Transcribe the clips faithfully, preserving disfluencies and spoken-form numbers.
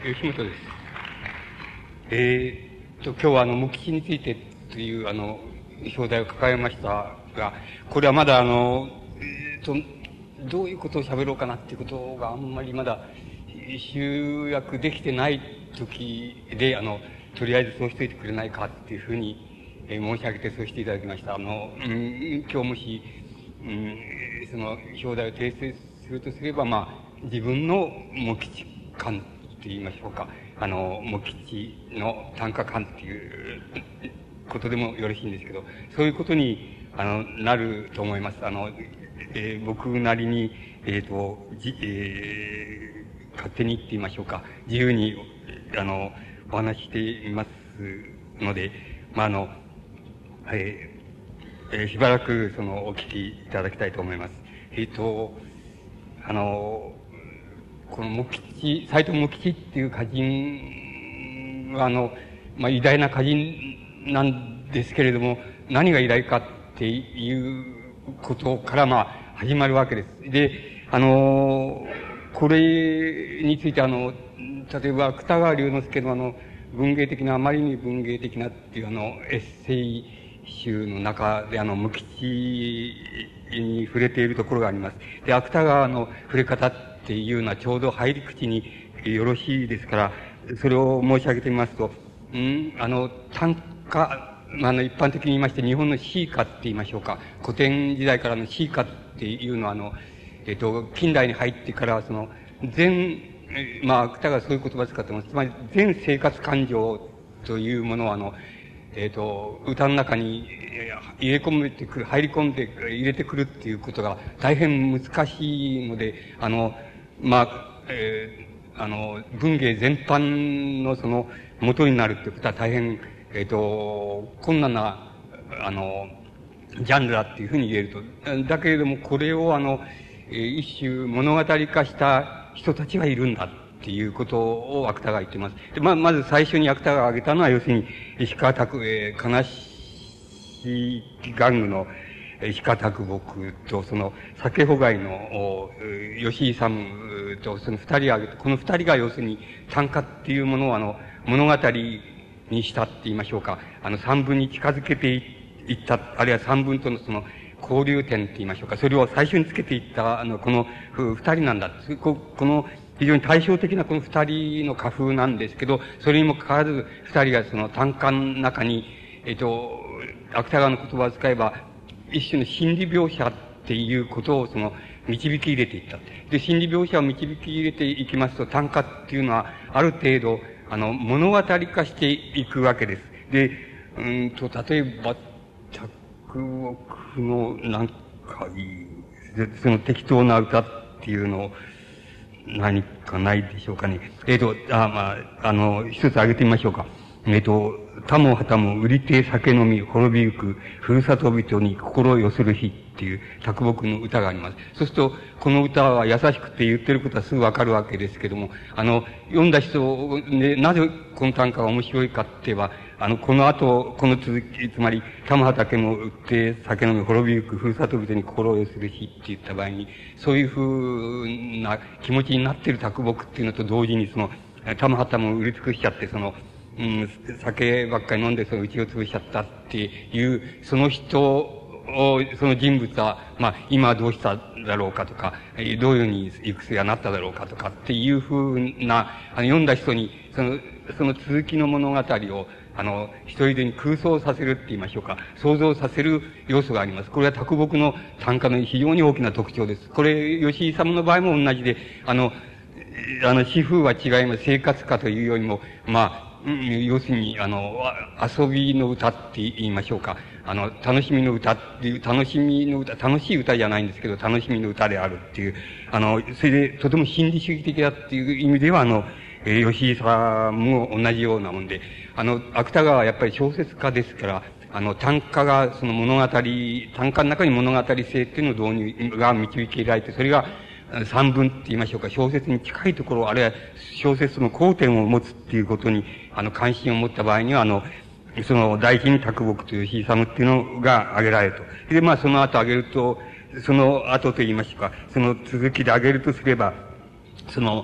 吉本です。えー、と、今日はあの、無吉についてという、あの、表題を抱えましたが、これはまだあの、えー、と、どういうことを喋ろうかなっていうことがあんまりまだ集約できてない時で、あの、とりあえずそうしといてくれないかっていうふうに、えー、申し上げてそうしていただきました。あの、うん、今日もし、うん、その表題を訂正するとすれば、まあ、自分の無吉感と言いましょうか。あの、無吉の短歌感っていうことでもよろしいんですけど、そういうことに、あの、なると思います。あの、えー、僕なりに、えっ、ー、と、じ、えー、勝手にって言いましょうか。自由に、あの、お話ししていますので、まあ、あの、えー、えー、しばらく、その、お聞きいただきたいと思います。えっ、ー、と、あの、この無吉、斎藤無吉っていう歌人は、あの、まあ、偉大な歌人なんですけれども、何が偉大かっていうことから、まあ、始まるわけです。で、あの、これについて、あの、例えば、芥川龍之介のあの、文芸的な、あまりに文芸的なっていうあの、エッセイ集の中で、あの、無吉に触れているところがあります。で、芥川の触れ方っていうのはちょうど入り口によろしいですから、それを申し上げてみますと、うん、あの、短歌、あの、一般的に言いまして、日本の詩歌って言いましょうか。古典時代からの詩歌っていうのは、あの、えっと、近代に入ってからは、その、全、まあ、芥川はそういう言葉を使ってます。つまり、全生活感情というものを、あの、えっと、歌の中に入れ込めてくる、入り込んで入れてくるっていうことが大変難しいので、あの、まあ、えー、あの、文芸全般のその元になるってことは大変、えっと、困難な、あの、ジャンルだっていうふうに言えると。だけれども、これをあの、一種物語化した人たちがいるんだっていうことを芥川が言っています。で、ま、まず最初に芥川が挙げたのは、要するに、石川拓、えー、悲しい玩具の石川啄木と、その、酒ほがいの、吉井勇と、その二人挙げて、この二人が要するに短歌っていうものをあの、物語にしたって言いましょうか。あの、三文に近づけていった、あるいは三文とのその、交流点って言いましょうか。それを最初につけていった、あの、この二人なんだ。ここの、非常に対照的なこの二人の歌風なんですけど、それにもかかわらず、二人がその短歌の中に、えっと、芥川の言葉を使えば、一種の心理描写っていうことをその、導き入れていった。で、心理描写を導き入れていきますと、短歌っていうのは、ある程度、あの、物語化していくわけです。で、うんと、例えば、着目の、なんか、その適当な歌っていうのを、何かないでしょうかね。えっ、ー、と、あ、まあ、あの、一つ挙げてみましょうか。えっ、ー、と、他も旗も売りて酒飲み滅びゆく、ふるさと人に心を寄せる日っていう着木の歌があります。そうすると、この歌は優しくて言ってることはすぐわかるわけですけども、あの、読んだ人で、なぜこの短歌が面白いかって言えば、あの、この後、この続き、つまり、田も畑も売って酒飲み滅びゆく、ふるさと人に心を寄せる日って言った場合に、そういうふうな気持ちになっている着木っていうのと同時に、その、田も畑も売り尽くしちゃって、その、うん、酒ばっかり飲んで、そのうちを潰しちゃったっていう、その人を、その人物は、まあ、今はどうしただろうかとか、どういうふうに行く末はなっただろうかとかっていうふうな、あの、読んだ人に、その、その続きの物語を、あの、一人でに空想させるって言いましょうか。想像させる要素があります。これは卓木の短歌の非常に大きな特徴です。これ、吉井勇の場合も同じで、あの、あの、詩風は違います。生活歌というよりも、まあ、うん、要するに、あの、遊びの歌って言いましょうか。あの、楽しみの歌っていう、楽しみの歌、楽しい歌じゃないんですけど、楽しみの歌であるっていう、あの、それで、とても心理主義的だっていう意味では、あの、えー、吉井さんも同じようなもんで、あの、芥川はやっぱり小説家ですから、あの、短歌が、その物語、短歌の中に物語性っていうのを導入が導きられて、それが、三文って言いましょうか、小説に近いところ、あるいは小説の交点を持つっていうことに、あの、関心を持った場合には、あの、その、第一に卓木という吉井勇っていうのが挙げられると。で、まあ、その後挙げると、その後と言いましょうか、その続きで挙げるとすれば、その、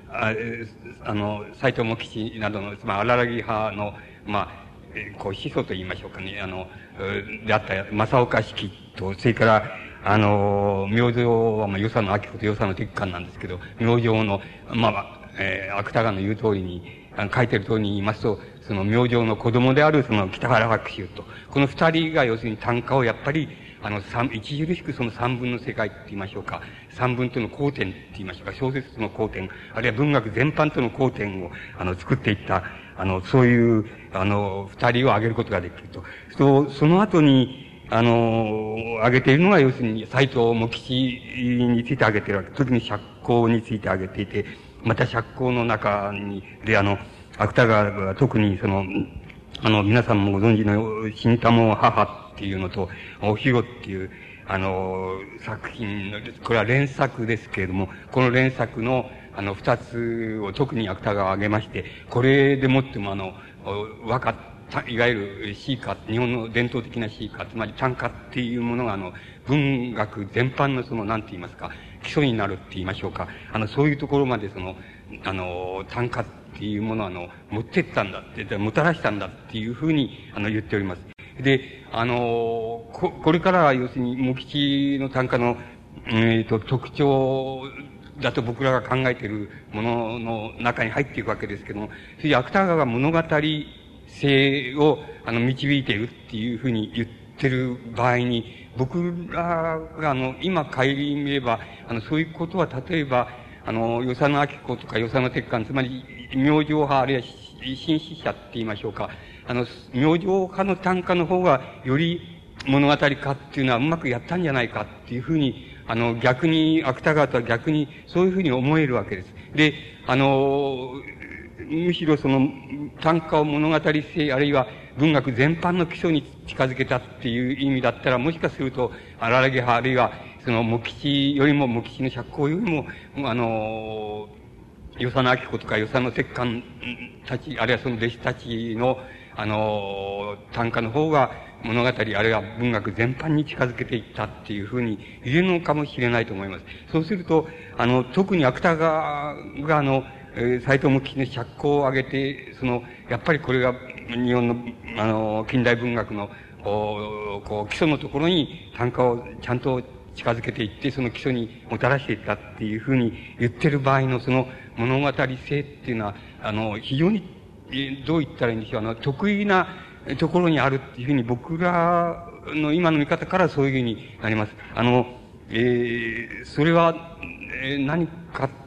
あ、あの、斎藤茂吉などの、まあ、荒木派の、まあ、こう、始祖と言いましょうかね、あの、であった正岡子規と、それから、あの、明星は、まあ、与謝野明子と与謝野鉄幹なんですけど、明星の、まあ、えー、芥川の言う通りに、あの書いてる通りに言いますと、その明星の子供であるその北原白秋と、この二人が要するに短歌をやっぱり、あの、三、著しくその三分の世界って言いましょうか、三分との交点って言いましょうか、小説との交点、あるいは文学全般との交点を、あの、作っていった、あの、そういう、あの、二人を挙げることができると。そう、その後に、あの、挙げているのは、要するに、斎藤茂吉について挙げているわけ。特に釈光について挙げていて、また釈光の中に、で、あの、芥川が特にその、あの、皆さんもご存知の、新玉母っていうのと、おひろっていう、あの、作品の、これは連作ですけれども、この連作の、あの、二つを特に芥川が挙げまして、これでもってもあの、わかった、いわゆる詩歌、日本の伝統的な詩歌、つまり短歌っていうものがあの、文学全般のその、なんて言いますか、基礎になるって言いましょうか。あの、そういうところまでその、あの、短歌っていうものをあの、持ってったんだって、もたらしたんだっていうふうに、あの、言っております。で、あの、こ、これからは要するに、茂吉の短歌の、えっと、特徴だと僕らが考えているものの中に入っていくわけですけども、それで芥川が物語性を、あの、導いているっていうふうに言ってる場合に、僕らが、あの、今顧みれば、あの、そういうことは、例えば、あの、与謝野明子とか与謝野鉄幹、つまり、明星派あるいは新史者って言いましょうか。あの、明星派の短歌の方が、より物語化っていうのはうまくやったんじゃないかっていうふうに、あの、逆に、芥川とは逆に、そういうふうに思えるわけです。で、あの、むしろその、短歌を物語性、あるいは文学全般の基礎に近づけたっていう意味だったら、もしかすると、荒木派、あるいは、その、茂吉よりも、茂吉の釈光よりも、あの、与謝野明子とか与謝野鉄幹たち、あるいはその弟子たちの、あの、短歌の方が物語、あるいは文学全般に近づけていったっていうふうに言えるのかもしれないと思います。そうすると、あの、特に芥川が、あの、えー、斎藤茂吉の釈光を挙げて、その、やっぱりこれが日本の、あの、近代文学の、こう、こう基礎のところに短歌をちゃんと近づけていって、その基礎にもたらしていったっていうふうに言ってる場合のその物語性っていうのは、あの、非常に、どう言ったらいいんでしょう、あの、得意なところにあるっていうふうに僕らの今の見方からそういうふうになります。あの、えー、それは、えー、何かって、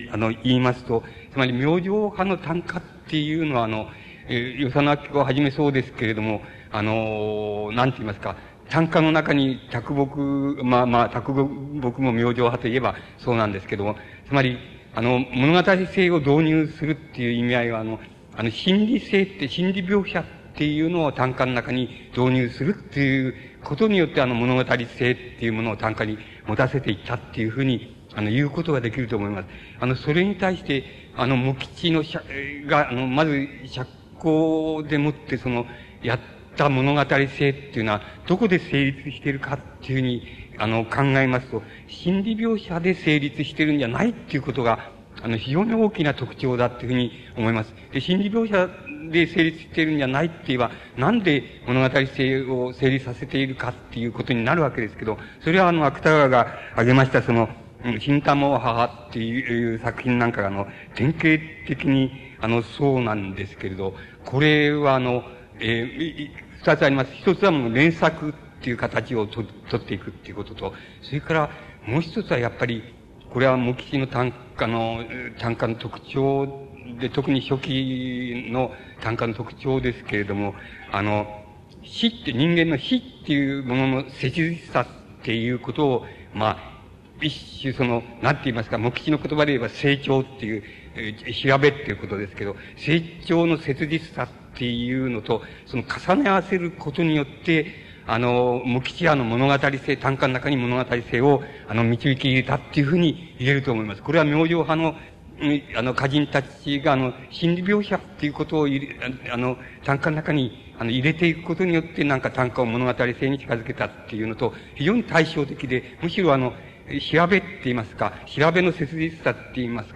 あの、言いますと、つまり明星派の短歌っていうのは、あの、えー、与謝野明子をはじめそうですけれども、あの、なんて言いますか、短歌の中に卓木、まあまあ、卓木も明星派といえばそうなんですけども、つまり、あの、物語性を導入するっていう意味合いは、あの、あの、心理性って、心理描写っていうのを短歌の中に導入するっていうことによって、あの、物語性っていうものを短歌に持たせていったっていうふうに、あの、言うことができると思います。あの、それに対して、あの、茂吉のしゃ、が、あの、まず、釈光でもって、その、やった物語性っていうのは、どこで成立しているかっていうふうに、あの、考えますと、心理描写で成立しているんじゃないっていうことが、あの、非常に大きな特徴だっていうふうに思います。で、心理描写で成立しているんじゃないって言えば、なんで物語性を成立させているかっていうことになるわけですけど、それはあの、芥川が挙げました、その、新玉母っていう作品なんかが、あの、典型的に、あの、そうなんですけれど、これはあの、えー、二つあります。一つはもう連作っていう形をと取っていくっていうことと、それからもう一つはやっぱり、これは茂吉の短歌の、短歌の特徴で、特に初期の短歌の特徴ですけれども、あの、死って人間の死っていうものの切実さっていうことを、まあ、一種その、なんて言いますか、茂吉の言葉で言えば成長っていう、えー、調べっていうことですけど、成長の切実さっていうのと、その重ね合わせることによって、あの、茂吉派の物語性、短歌の中に物語性を、あの、導き入れたっていうふうに言えると思います。これは明星派の、あの、歌人たちが、あの、心理描写っていうことを入れ、あの、短歌の中に、あの、入れていくことによって、なんか短歌を物語性に近づけたっていうのと、非常に対照的で、むしろあの、調べって言いますか、調べの切実さって言いますか、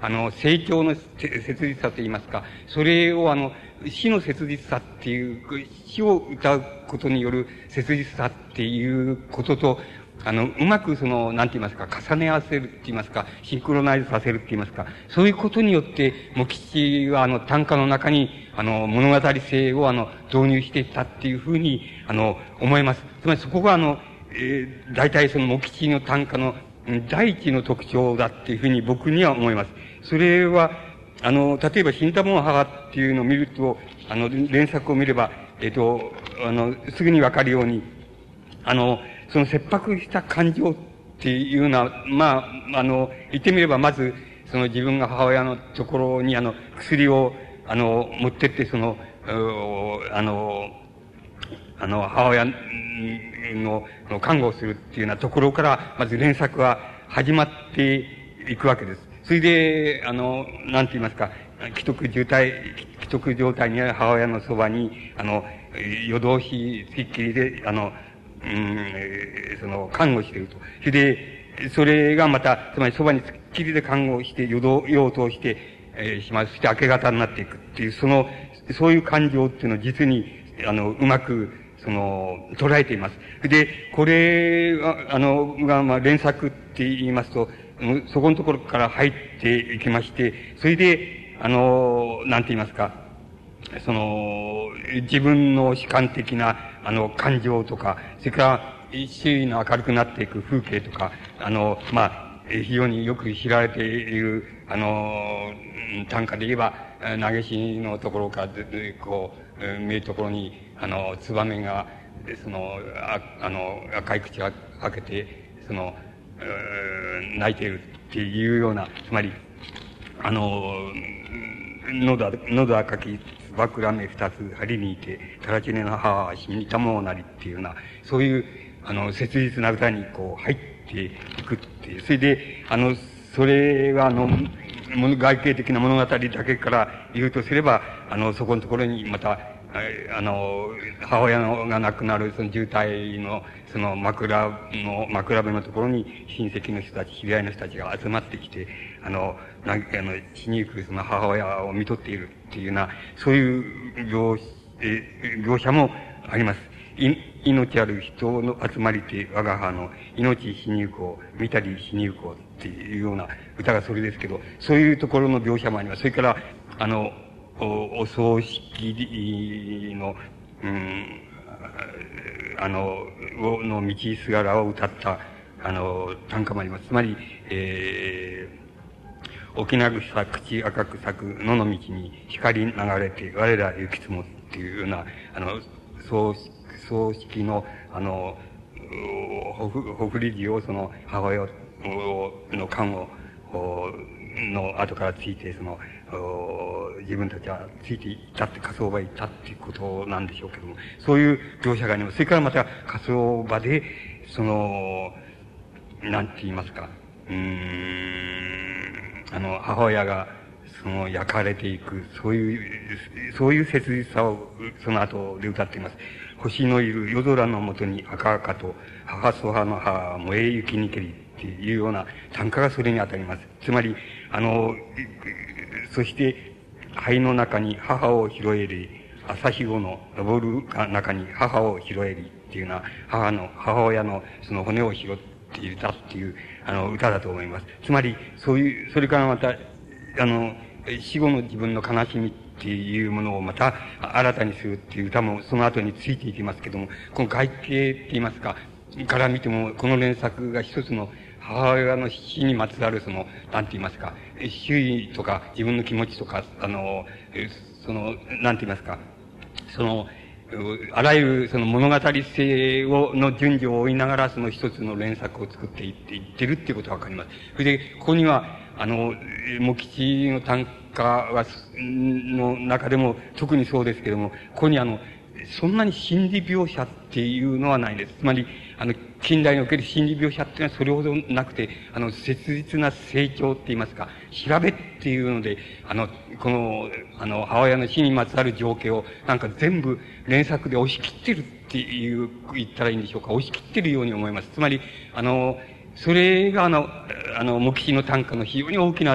あの、成長の切実さといいますか、それをあの、死の切実さっていう、死を歌うことによる切実さっていうことと、あの、うまくその、なんて言いますか、重ね合わせるって言いますか、シンクロナイズさせるって言いますか、そういうことによって、茂吉はあの、短歌の中に、あの、物語性をあの、導入していったっていうふうに、あの、思います。つまりそこがあの、えー、大体その茂吉の短歌の第一の特徴だっていうふうに僕には思います。それは、あの、例えば、新太郎の母っていうのを見ると、あの、連作を見れば、えっと、あの、すぐにわかるように、あの、その切迫した感情っていうのは、まあ、あの、言ってみれば、まず、その自分が母親のところに、あの、薬を、あの、持ってって、その、あの、あの、母親の看護をするっていうようなところから、まず連作は始まっていくわけです。それで、あの、なんて言いますか、既得状態、既得状態にある母親のそばに、あの、夜通し、つきっきりで、あの、うん、その、看護していると。それで、それがまた、つまりそばにつっきりで看護して、夜夜を通して、えー、しまう。そして明け方になっていくっていう、その、そういう感情っていうのを実に、あの、うまく、その、捉えています。で、これは、あの、が、まあ、連作って言いますと、そこのところから入っていきまして、それで、あの、なんて言いますか、その、自分の主観的な、あの、感情とか、それから、周囲の明るくなっていく風景とか、あの、まあ、非常によく知られている、あの、短歌で言えば、投げしのところから、こう、見えるところに、あの、ツバメが、その、ああの、赤い口を開けて、その、泣いているっていうような、つまり、あの、喉、喉赤きつばくらめ二つ針にいて、たらちねの母は死にたもうなりっていうような、そういう、あの、切実な歌にこう入っていくっていう。それで、あの、それはあの、外形的な物語だけから言うとすれば、あの、そこのところにまた、あの、母親のが亡くなる、その渋滞の、その枕の、枕辺のところに親戚の人たち、知り合いの人たちが集まってきて、あの、なあの、死にゆくその母親を見とっているっていうような、そういう描、え描写もあります。い、命ある人の集まりて我が母の命死にゆこう、見たり死にゆこうっていうような歌がそれですけど、そういうところの描写もあります。それから、あの、お、お葬式の、うん、あの、の道すがらを歌った、あの、短歌もあります。つまり、えー、沖縄草口赤く咲く野の道に光流れて我ら行き積もっていうような、あの、葬葬式の、あの、ほふ、ほふりじをその母親の看護の後からついて、その、自分たちはついていったって、火葬場に行ったっていうことなんでしょうけども、そういう描写があります。それからまた火葬場で、その、なんて言いますか、うーん、あの、母親が、その、焼かれていく、そういう、そういう切実さを、その後で歌っています。星のいる夜空のもとに赤々と、母そ母の母燃え行きにけりっていうような短歌がそれに当たります。つまり、あの、そして、灰の中に母を拾えり、朝日後の昇る中に母を拾えりっていうような、母の、母親のその骨を拾っていたっていう、あの、歌だと思います。つまり、そういう、それからまた、あの、死後の自分の悲しみっていうものをまた新たにするっていう歌もその後についていきますけども、この外形って言いますか、から見ても、この連作が一つの母親の死にまつわるその、なんて言いますか、周囲とか自分の気持ちとか、あの、その、なんて言いますか、その、あらゆるその物語性を、の順序を追いながらその一つの連作を作っていっていってるっていうことがわかります。それで、ここには、あの、茂吉の短歌は、の中でも特にそうですけども、ここにあの、そんなに心理描写っていうのはないです。つまり、あの、近代における心理描写っていうのはそれほどなくて、あの、切実な成長って言いますか、調べっていうので、あの、この、あの、母親の死にまつわる情景を、なんか全部連作で押し切ってるっていう、言ったらいいんでしょうか。押し切ってるように思います。つまり、あの、それがあの、あの、茂吉の短歌の非常に大きな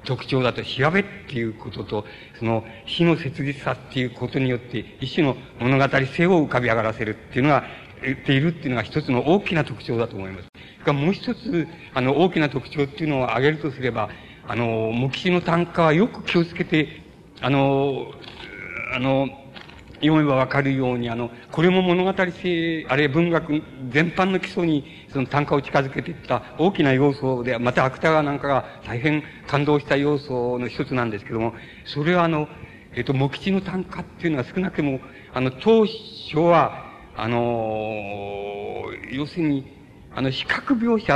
特徴だと、調べっていうことと、その詩の切実さっていうことによって、一種の物語性を浮かび上がらせるっていうのが、言っているっていうのが一つの大きな特徴だと思います。それからもう一つ、あの、大きな特徴っていうのを挙げるとすれば、あの、黙示の短歌はよく気をつけて、あの、あの、読めばわかるように、あの、これも物語性、あるいは文学全般の基礎に、その短歌を近づけていった大きな要素で、また芥川なんかが大変感動した要素の一つなんですけども、それはあの、えっと、黙示の短歌っていうのは少なくとも、あの、当初は、あの、要するに、あの、視覚描写って、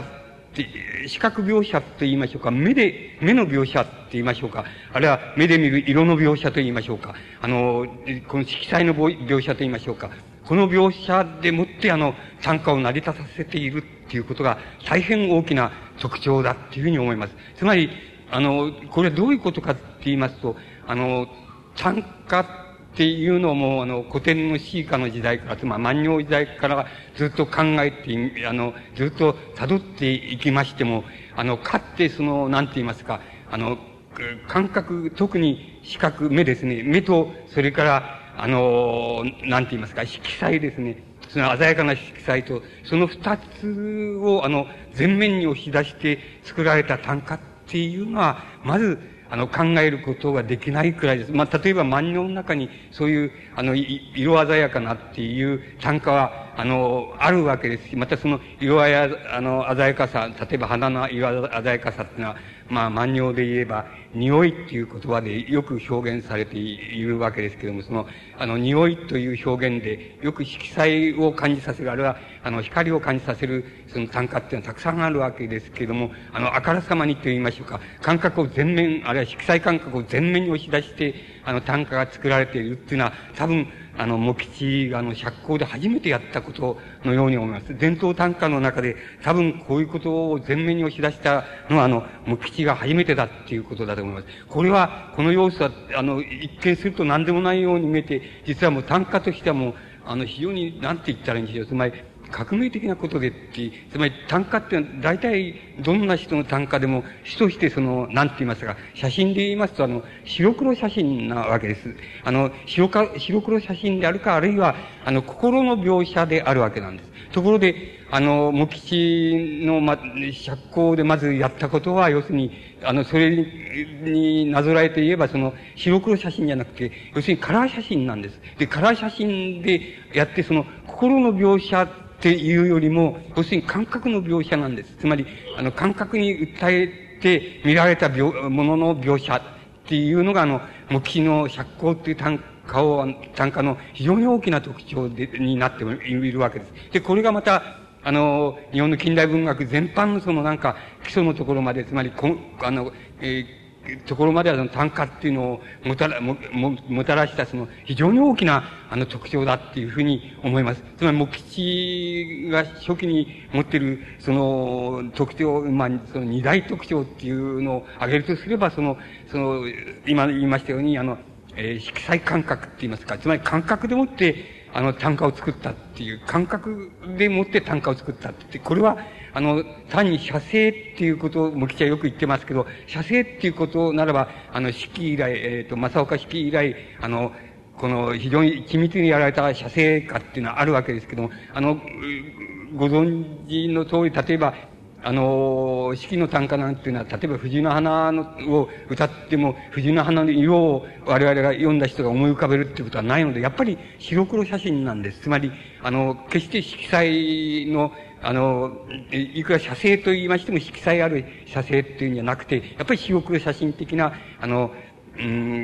視覚描写と言いましょうか、目で、目の描写って言いましょうか、あるいは目で見る色の描写と言いましょうか、あの、この色彩の描写と言いましょうか、この描写でもってあの、短歌を成り立たせているっていうことが大変大きな特徴だっていうふうに思います。つまり、あの、これはどういうことかって言いますと、あの、短歌っていうのも、あの、古典の詩歌の時代から、つまり万葉時代からずっと考えて、あの、ずっと辿っていきましても、あの、かってその、なんて言いますか、あの、感覚、特に視覚、目ですね。目と、それから、あの、なんて言いますか、色彩ですね。その鮮やかな色彩と、その二つを、あの、前面に押し出して作られた短歌っていうのは、まず、あの、考えることができないくらいです。まあ、例えば万葉の中に、そういう、あの、色鮮やかなっていう短歌は、あの、あるわけですし、またその色合いや、あの、鮮やかさ、例えば花の色鮮やかさっていうのは、まあ、万葉で言えば、匂いっていう言葉でよく表現されているわけですけども、その、あの、匂いという表現で、よく色彩を感じさせる、あるいは、あの、光を感じさせる、その短歌っていうのはたくさんあるわけですけれども、あの、あからさまにと言いましょうか、感覚を全面、あるいは色彩感覚を全面に押し出して、あの、短歌が作られているっていうのは、多分、あの、茂吉があの、釈光で初めてやったことのように思います。伝統短歌の中で、多分こういうことを前面に押し出したのは、あの、茂吉が初めてだっていうことだと思います。これは、この要素は、あの、一見すると何でもないように見えて、実はもう短歌としてはもう、あの、非常に、なんて言ったらいいんでしょう。つまり、革命的なことでって、つまり短歌ってのは、大体、どんな人の短歌でも、主としてその、なんて言いますか、写真で言いますと、あの、白黒写真なわけです。あの、白か、白黒写真であるか、あるいは、あの、心の描写であるわけなんです。ところで、あの、茂吉の、ま、釈光でまずやったことは、要するに、あの、それになぞらえて言えば、その、白黒写真じゃなくて、要するにカラー写真なんです。で、カラー写真でやって、その、心の描写っていうよりも、要するに感覚の描写なんです。つまり、あの、感覚に訴えて見られた描ものの描写っていうのが、あの、茂吉の釈光っていう短歌を、短歌の非常に大きな特徴で、になっているわけです。で、これがまた、あの、日本の近代文学全般のそのなんか、基礎のところまで、つまり、こあの、えー、ところまではその短歌っていうのをもたら、も、も、もたらしたその非常に大きなあの特徴だっていうふうに思います。つまり、茂吉が初期に持っているその特徴、まあ、その二大特徴っていうのを挙げるとすれば、その、その、今言いましたように、あの、えー、色彩感覚って言いますか、つまり感覚でもって、あの、短歌を作ったっていう、感覚でもって短歌を作ったって、これは、あの、単に写生っていうことを、茂吉はよく言ってますけど、写生っていうことならば、あの、四季以来、えっ、ー、と、正岡四季以来、あの、この非常に緻密にやられた写生家っていうのはあるわけですけども、あの、ご存知の通り、例えば、あの、四季の短歌なんていうのは、例えば藤の花のを歌っても、藤の花の色を我々が読んだ人が思い浮かべるっていうことはないので、やっぱり白黒写真なんです。つまり、あの、決して色彩の、あの、いくら写生と言いましても色彩ある写生っていうんじゃなくて、やっぱり白黒写真的な、あの、うん、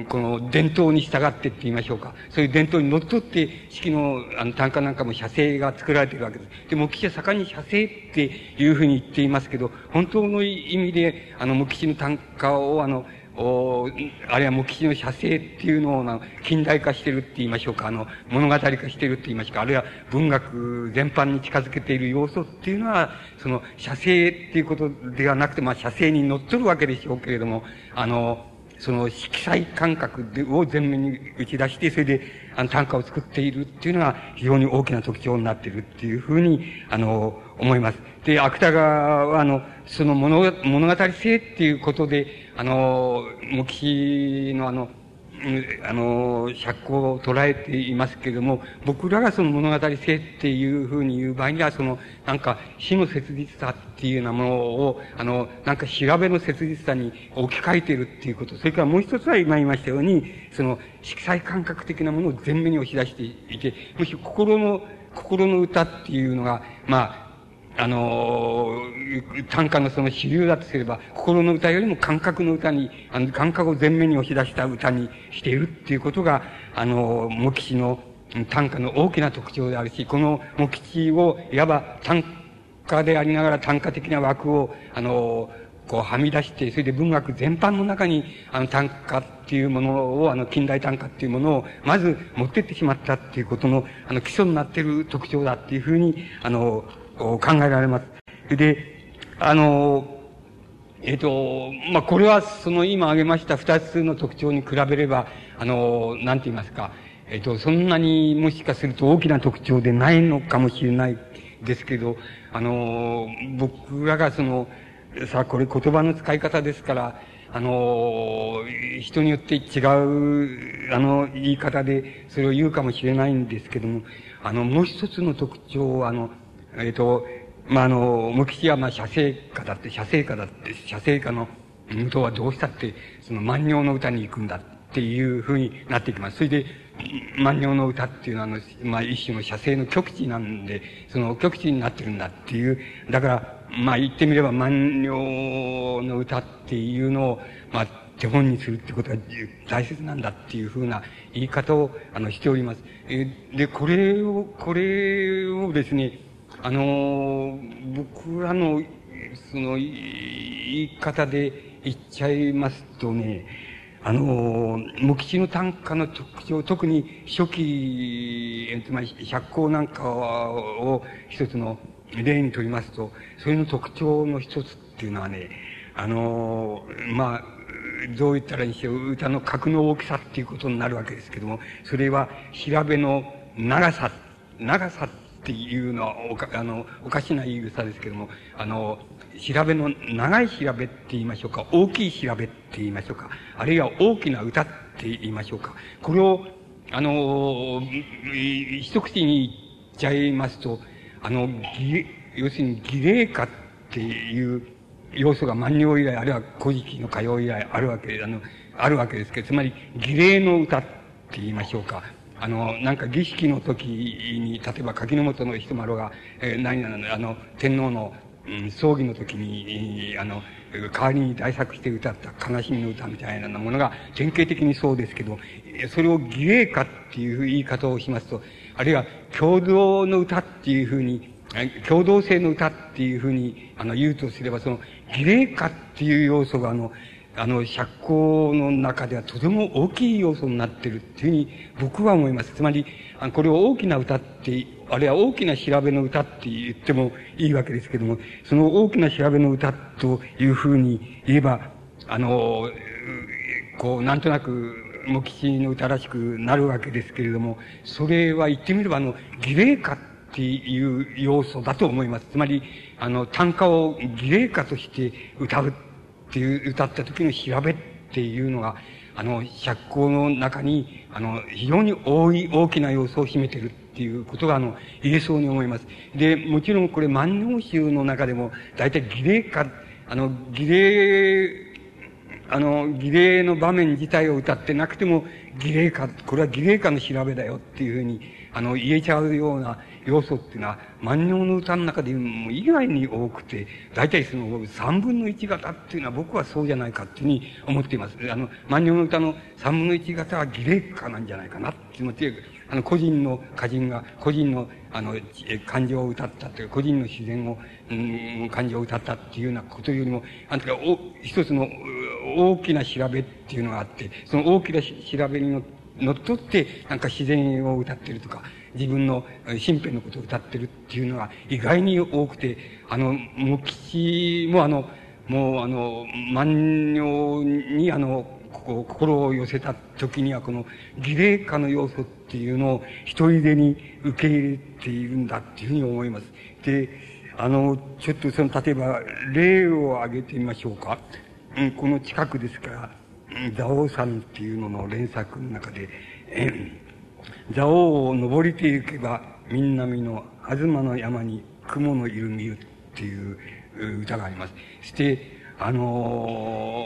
この伝統に従ってって言いましょうか。そういう伝統にのっとって、四季のあの短歌なんかも写生が作られているわけです。で、茂吉は盛んに写生っていうふうに言っていますけど、本当の意味で、あの、茂吉の短歌を、あの、おあるいは茂吉の写生っていうのを、あの、近代化しているって言いましょうか。あの、物語化しているって言いましょうか。あるいは文学全般に近づけている要素っていうのは、その、写生っていうことではなくて、まあ、写生にのっとるわけでしょうけれども、あの、その色彩感覚を前面に打ち出して、それで、あの、短歌を作っているっていうのが非常に大きな特徴になっているっていうふうに、あの、思います。で、芥川は、あの、その物、物語性っていうことで、 あの、茂吉のあの、あの、釈光を捉えていますけれども、僕らがその物語性っていうふうに言う場合には、その、なんか死の切実さっていうようなものを、あの、なんか調べの切実さに置き換えているっていうこと。それからもう一つは今言いましたように、その、色彩感覚的なものを前面に押し出していて、むしろ心の、心の歌っていうのが、まあ、あの、短歌のその主流だとすれば、心の歌よりも感覚の歌に、あの、感覚を前面に押し出した歌にしているっていうことが、あの、茂吉の短歌の大きな特徴であるし、この茂吉を、いわば短歌でありながら短歌的な枠を、あの、こうはみ出して、それで文学全般の中に、あの短歌っていうものを、あの近代短歌っていうものを、まず持ってってしまったっていうことの、あの基礎になっている特徴だっていうふうに、あの、考えられます。で、あの、えっと、まあ、これはその今挙げました二つの特徴に比べれば、あの、なんて言いますか、えっと、そんなにもしかすると大きな特徴でないのかもしれないですけど、あの、僕らがその、さあ、これ言葉の使い方ですから、あの、人によって違う、あの、言い方でそれを言うかもしれないんですけども、あの、もう一つの特徴は、あの、えっと、まあ、あの、無吉はまあ、写生家だって、写生家だって、写生家の無党はどうしたって、その万葉の歌に行くんだっていうふうになっていきます。それで、万葉の歌っていうのは、あの、まあ、一種の写生の極致なんで、その極致になってるんだっていう、だから、まあ、言ってみれば万葉の歌っていうのを、まあ、手本にするってことが大切なんだっていうふうな言い方を、あの、しております。で、これを、これをですね、あの、僕らの、その、言い方で言っちゃいますとね、あの、茂吉の短歌の特徴、特に初期、つまり釈光なんかを一つの例にとりますと、それの特徴の一つっていうのはね、あの、まあ、どう言ったらいいんでしょう、歌の格の大きさっていうことになるわけですけども、それは調べの長さ、長さっていうのはおか、あの、おかしな言い草ですけども、あの、調べの、長い調べって言いましょうか、大きい調べって言いましょうか、あるいは大きな歌って言いましょうか。これを、あの、一口に言っちゃいますと、あの、ぎ、要するに儀礼歌っていう要素が万葉以来、あるいは古事記の歌謡以来あるわけ、あの、あるわけですけど、つまり儀礼の歌って言いましょうか。あの、なんか儀式の時に、例えば柿の本の人丸が、えー、何々、あの、天皇の、うん、葬儀の時に、あの、代わりに代作して歌った悲しみの歌みたいなものが典型的にそうですけど、それを儀礼歌っていう言い方をしますと、あるいは共同の歌っていうふうに、共同性の歌っていうふうに、あの、言うとすれば、その、儀礼歌っていう要素が、あの、あの、釈光の中ではとても大きい要素になっているっていうふうに僕は思います。つまり、あの、これを大きな歌って、あるいは大きな調べの歌って言ってもいいわけですけども、その大きな調べの歌というふうに言えば、あの、こう、なんとなく、茂吉の歌らしくなるわけですけれども、それは言ってみれば、あの、儀礼歌っていう要素だと思います。つまり、あの、短歌を儀礼歌として歌うっていう、歌った時の調べっていうのが、あの、釈光の中に、あの、非常に多い、大きな要素を秘めているっていうことが、あの、言えそうに思います。で、もちろんこれ万葉集の中でも、大体儀礼歌、あの、儀礼、あの、儀礼の場面自体を歌ってなくても、儀礼歌、これは儀礼歌の調べだよっていうふうに、あの、言えちゃうような要素っていうのは、万葉の歌の中でも以外に多くて、大体その三分の一型っていうのは僕はそうじゃないかっていうふうに思っています。あの、万葉の歌の三分の一型は儀礼歌なんじゃないかなって思って、あの、個人の歌人が、個人の、あの、感情を歌ったという個人の自然を、うん、感情を歌ったっていうようなことよりも、あの、お、一つの大きな調べっていうのがあって、その大きな調べにののっとって、なんか自然を歌ってるとか、自分の身辺のことを歌ってるっていうのが意外に多くて、あの、茂吉もあの、もうあの、万葉にあの、こう心を寄せた時にはこの儀礼歌の要素っていうのを一人でに受け入れているんだっていうふうに思います。で、あの、ちょっとその、例えば例を挙げてみましょうか。 うん、この近くですから、蔵王山っていうのの連作の中で、蔵王を登りて行けば、みんなみの東の山に雲のいる見るっていう歌があります。そして、あの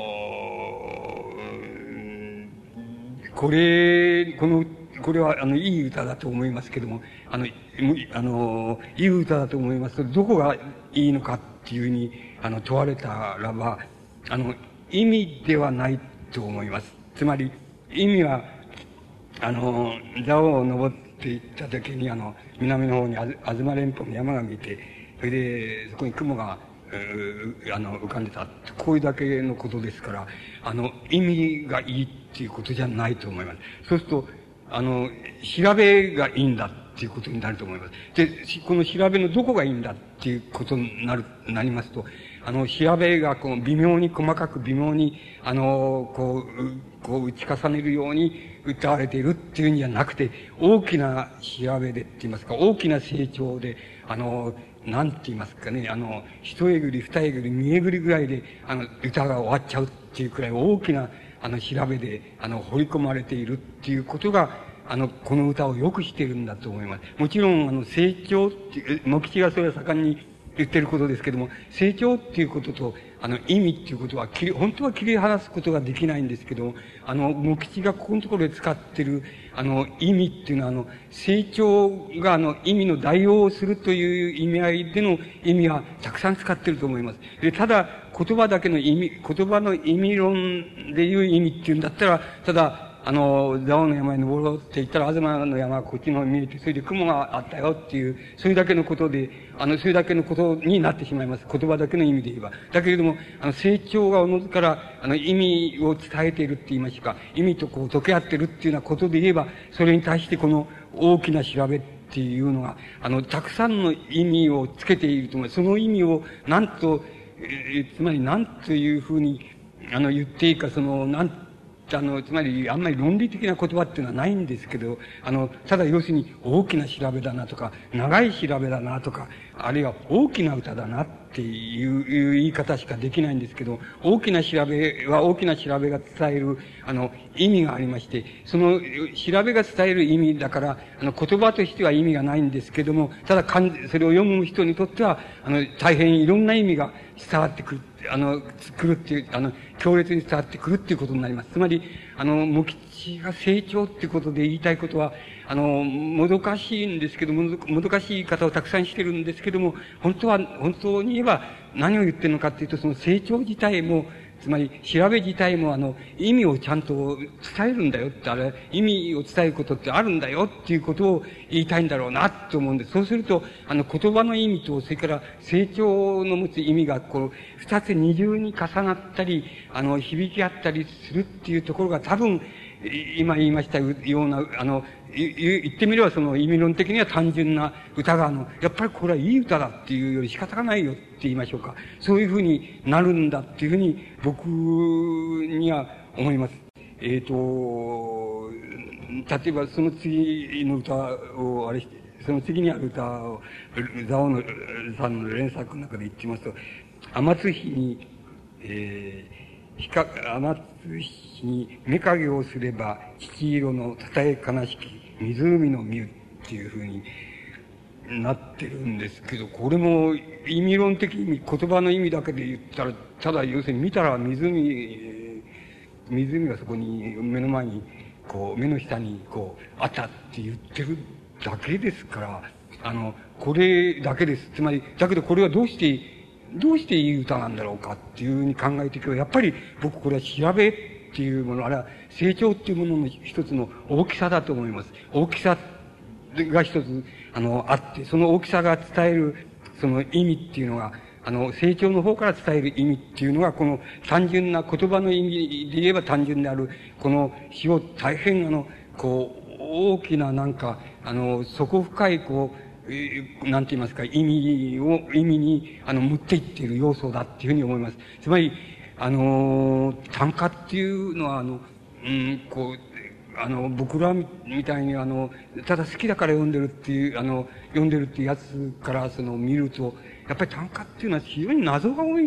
ー、これ、この、これは、あの、いい歌だと思いますけども、あの、あの、いい歌だと思いますと、どこがいいのかっていうふうに、あの、問われたらば、あの、意味ではないと思います。つまり、意味は、あの、蔵王を登っていった時に、あの、南の方にあず、東連峰の山が見えて、それで、そこに雲が、あの、浮かんでた。こういうだけのことですから、あの、意味がいいっていうことじゃないと思います。そうすると、あの、調べがいいんだっていうことになると思います。で、この調べのどこがいいんだっていうことになる、なりますと、あの、調べがこう微妙に細かく微妙に、あの、こう、こう打ち重ねるように歌われているっていうんじゃなくて、大きな調べでって言いますか、大きな成長で、あの、なんて言いますかね、あの、一えぐり、二えぐり、二えぐりぐらいで、あの、歌が終わっちゃうっていうくらい大きな、あの、調べで、あの、掘り込まれているっていうことが、あの、この歌をよくしているんだと思います。もちろん、あの、成長っていう、茂吉がそれは盛んに言ってることですけども、成長っていうことと、あの、意味っていうことは切り、本当は切り離すことができないんですけども、あの、茂吉がここのところで使ってる、あの、意味っていうのは、あの、成長が、あの、意味の代用をするという意味合いでの意味はたくさん使ってると思います。で、ただ、言葉だけの意味、言葉の意味論でいう意味っていうんだったら、ただ、あの、蔵王の山に登ろうって言ったら、東の山がこっちの方に見えて、それで雲があったよっていう、それだけのことで、あの、それだけのことになってしまいます。言葉だけの意味で言えば。だけれども、あの、成長がおのずから、あの、意味を伝えているって言いますか、意味とこう、溶け合ってるっていうようなことで言えば、それに対してこの大きな調べっていうのが、あの、たくさんの意味をつけていると思います。その意味を、なんと、えー、つまり、なんというふうに、あの、言っていいか、その、なんあの、つまり、あんまり論理的な言葉っていうのはないんですけど、あの、ただ要するに大きな調べだなとか、長い調べだなとか、あるいは大きな歌だなっていう言い方しかできないんですけど、大きな調べは大きな調べが伝える、あの、意味がありまして、その調べが伝える意味だから、あの、言葉としては意味がないんですけども、ただ、それを読む人にとっては、あの、大変いろんな意味が伝わってくる。あの、来るっていう、あの、強烈に伝わってくるっていうことになります。つまり、あの、茂吉が成長っていうことで言いたいことは、あの、もどかしいんですけども、もどかしい言い方をたくさんしてるんですけども、本当は、本当に言えば何を言ってるのかっていうと、その成長自体も、つまり、調べ自体も、あの、意味をちゃんと伝えるんだよって、あれ、意味を伝えることってあるんだよっていうことを言いたいんだろうなと思うんです。そうすると、あの、言葉の意味と、それから成長の持つ意味が、こう、二つ二重に重なったり、あの、響き合ったりするっていうところが多分、今言いましたような、あの、言ってみればその意味論的には単純な歌が、あの、やっぱりこれはいい歌だっていうより仕方がないよって言いましょうか。そういうふうになるんだっていうふうに僕には思います。えっと、例えばその次の歌をあれして、その次にある歌を、蔵王のさんの連作の中で言ってみますと、天津日に、えー、ひか、天津日に目影をすれば、父色のたたえ悲しき湖の見るっていうふうになってるんですけど、これも意味論的に言葉の意味だけで言ったら、ただ要するに見たら湖、湖がそこに目の前に、こう、目の下にこう、あったって言ってるだけですから、あの、これだけです。つまり、だけどこれはどうして、どうしていい歌なんだろうかっていうふうに考えていけば、やっぱり僕これは調べっていうもの、あれは成長っていうものの一つの大きさだと思います。大きさが一つ、あの、あって、その大きさが伝える、その意味っていうのが、あの、成長の方から伝える意味っていうのが、この単純な言葉の意味で言えば単純である、この詩を大変あの、こう、大きななんか、あの、底深いこう、なんて言いますか、意味を、意味に、あの、持っていっている要素だっていうふうに思います。つまり、あの、短歌っていうのは、あの、うん、こう、あの、僕らみたいに、あの、ただ好きだから読んでるっていう、あの、読んでるっていうやつから、その、見ると、やっぱり短歌っていうのは非常に謎が多い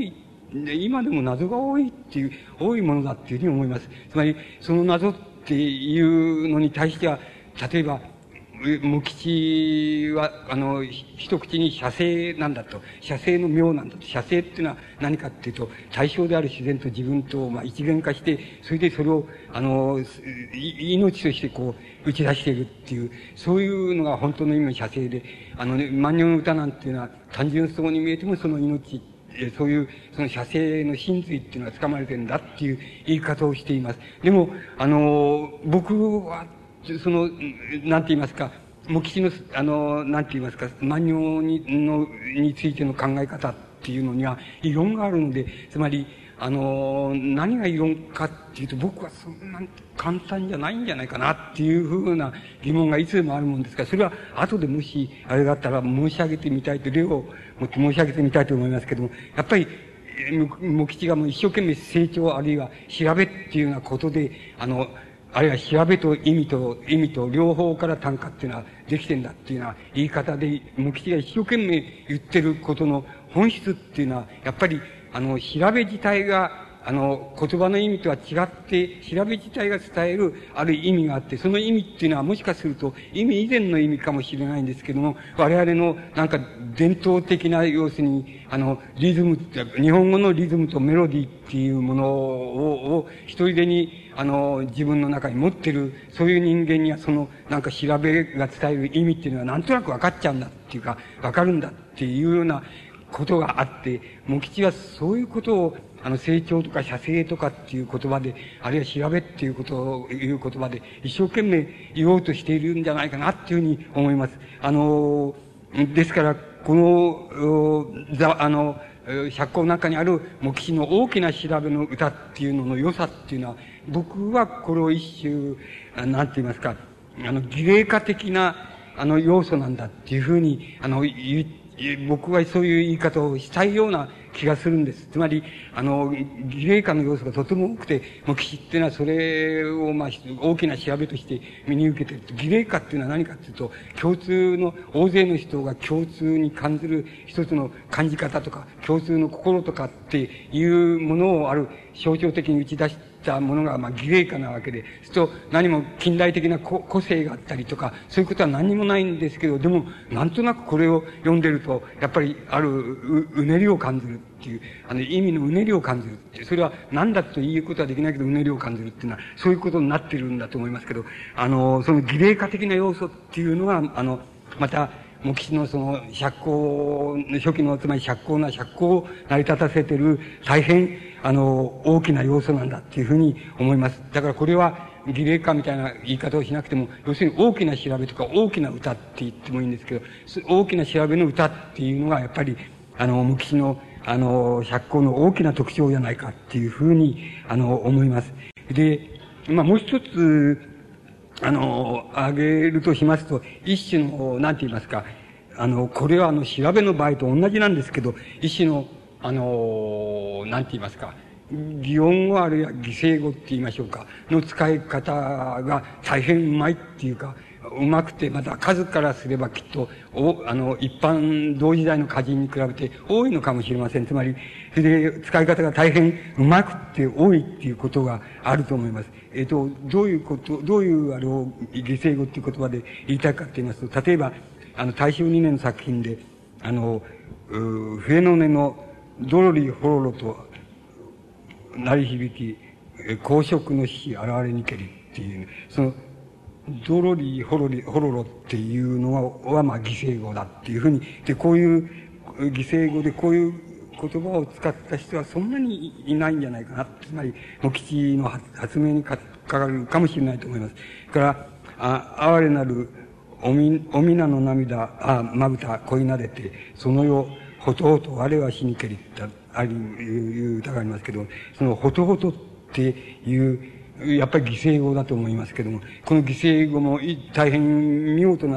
で今でも謎が多いっていう、多いものだっていうふうに思います。つまり、その謎っていうのに対しては、例えば、茂吉は、あの、一口に写生なんだと。写生の妙なんだと。写生っていうのは何かっていうと、対象である自然と自分と、まあ、一元化して、それでそれを、あの、命としてこう、打ち出しているっていう、そういうのが本当の意味の写生で、あのね、万葉の歌なんていうのは、単純そうに見えてもその命、そういう、その写生の真髄っていうのが掴まれてるんだっていう言い方をしています。でも、あの、僕は、その、なんて言いますか、茂吉の、あの、なんて言いますか、万葉に、の、についての考え方っていうのには、異論があるので、つまり、あの、何が異論かっていうと、僕はそんな簡単じゃないんじゃないかなっていうふうな疑問がいつでもあるもんですから、それは後でもし、あれだったら申し上げてみたいと、例を持って申し上げてみたいと思いますけども、やっぱり、茂吉がもう一生懸命成長あるいは調べっていうようなことで、あの、あるいは調べと意味と、意味と両方から単価っていうのはできてんだっていうような言い方で、茂吉が一生懸命言ってることの本質っていうのは、やっぱり、あの、調べ自体が、あの、言葉の意味とは違って、調べ自体が伝える、ある意味があって、その意味っていうのはもしかすると、意味以前の意味かもしれないんですけども、我々の、なんか、伝統的な、要するに、あの、リズム、日本語のリズムとメロディーっていうものを、を一人でに、あの、自分の中に持ってる、そういう人間には、その、なんか調べが伝える意味っていうのは、なんとなく分かっちゃうんだっていうか、分かるんだっていうようなことがあって、茂吉はそういうことを、あの、成長とか写生とかっていう言葉で、あるいは調べっていうことを、いう言葉で、一生懸命言おうとしているんじゃないかなっていうふうに思います。あの、ですから、この、ざ、あの、釈光の中にある茂吉の大きな調べの歌っていうのの良さっていうのは、僕はこれを一種、なんて言いますか、あの、儀礼化的な、あの、要素なんだっていうふうに、あの、言僕はそういう言い方をしたいような気がするんです。つまり、あの、儀礼化の要素がとても多くて、茂吉っていうのはそれを、まあ、大きな調べとして身に受けてる。儀礼化っていうのは何かっていうと、共通の、大勢の人が共通に感じる一つの感じ方とか、共通の心とかっていうものをある象徴的に打ち出したものが、まあ、儀礼化なわけで、すると何も近代的な個性があったりとか、そういうことは何にもないんですけど、でも、なんとなくこれを読んでると、やっぱりあるう、うねりを感じるっていう、あの、意味のうねりを感じるっていう、それは何だと言うことはできないけど、うねりを感じるっていうのは、そういうことになってるんだと思いますけど、あの、その儀礼化的な要素っていうのが、あの、また、茂吉のその釈光、初期の、つまり釈光な釈光を成り立たせている大変、あの、大きな要素なんだっていうふうに思います。だからこれは儀礼化みたいな言い方をしなくても、要するに大きな調べとか大きな歌って言ってもいいんですけど、大きな調べの歌っていうのがやっぱり、あの、茂吉の、あの、釈光の大きな特徴じゃないかっていうふうに、あの、思います。で、まあもう一つ、あの、挙げるとしますと、一種の、なんて言いますか、あの、これはあの、調べの場合と同じなんですけど、一種の、あの、なんて言いますか、擬音語あるいは擬声語って言いましょうか、の使い方が大変うまいっていうか、うまくて、また数からすればきっと、お、あの、一般同時代の歌人に比べて多いのかもしれません。つまり、それで使い方が大変うまくて多いっていうことがあると思います。えっと、どういうこと、どういうあれを擬声語っていう言葉で言いたいかって言いますと、例えば、あの、大正にねんの作品で、あの、う笛の音のドロリホロロと鳴り響き、公職の死現れにけりっていう、ね、その、ドロリホロリ、ホロロっていうのは、はまあ、擬声語だっていうふうに、で、こういう擬声語でこういう言葉を使った人はそんなにいないんじゃないかな。つまり、茂吉の発明にかかるかもしれないと思います。から、あ、哀れなるおみ、おみなの涙、あ、まぶた恋なでて、その夜、ほとほと我は死にけりってあり、いう歌がありますけど、そのほとほとっていう、やっぱり擬声語だと思いますけども、この擬声語も大変見事な、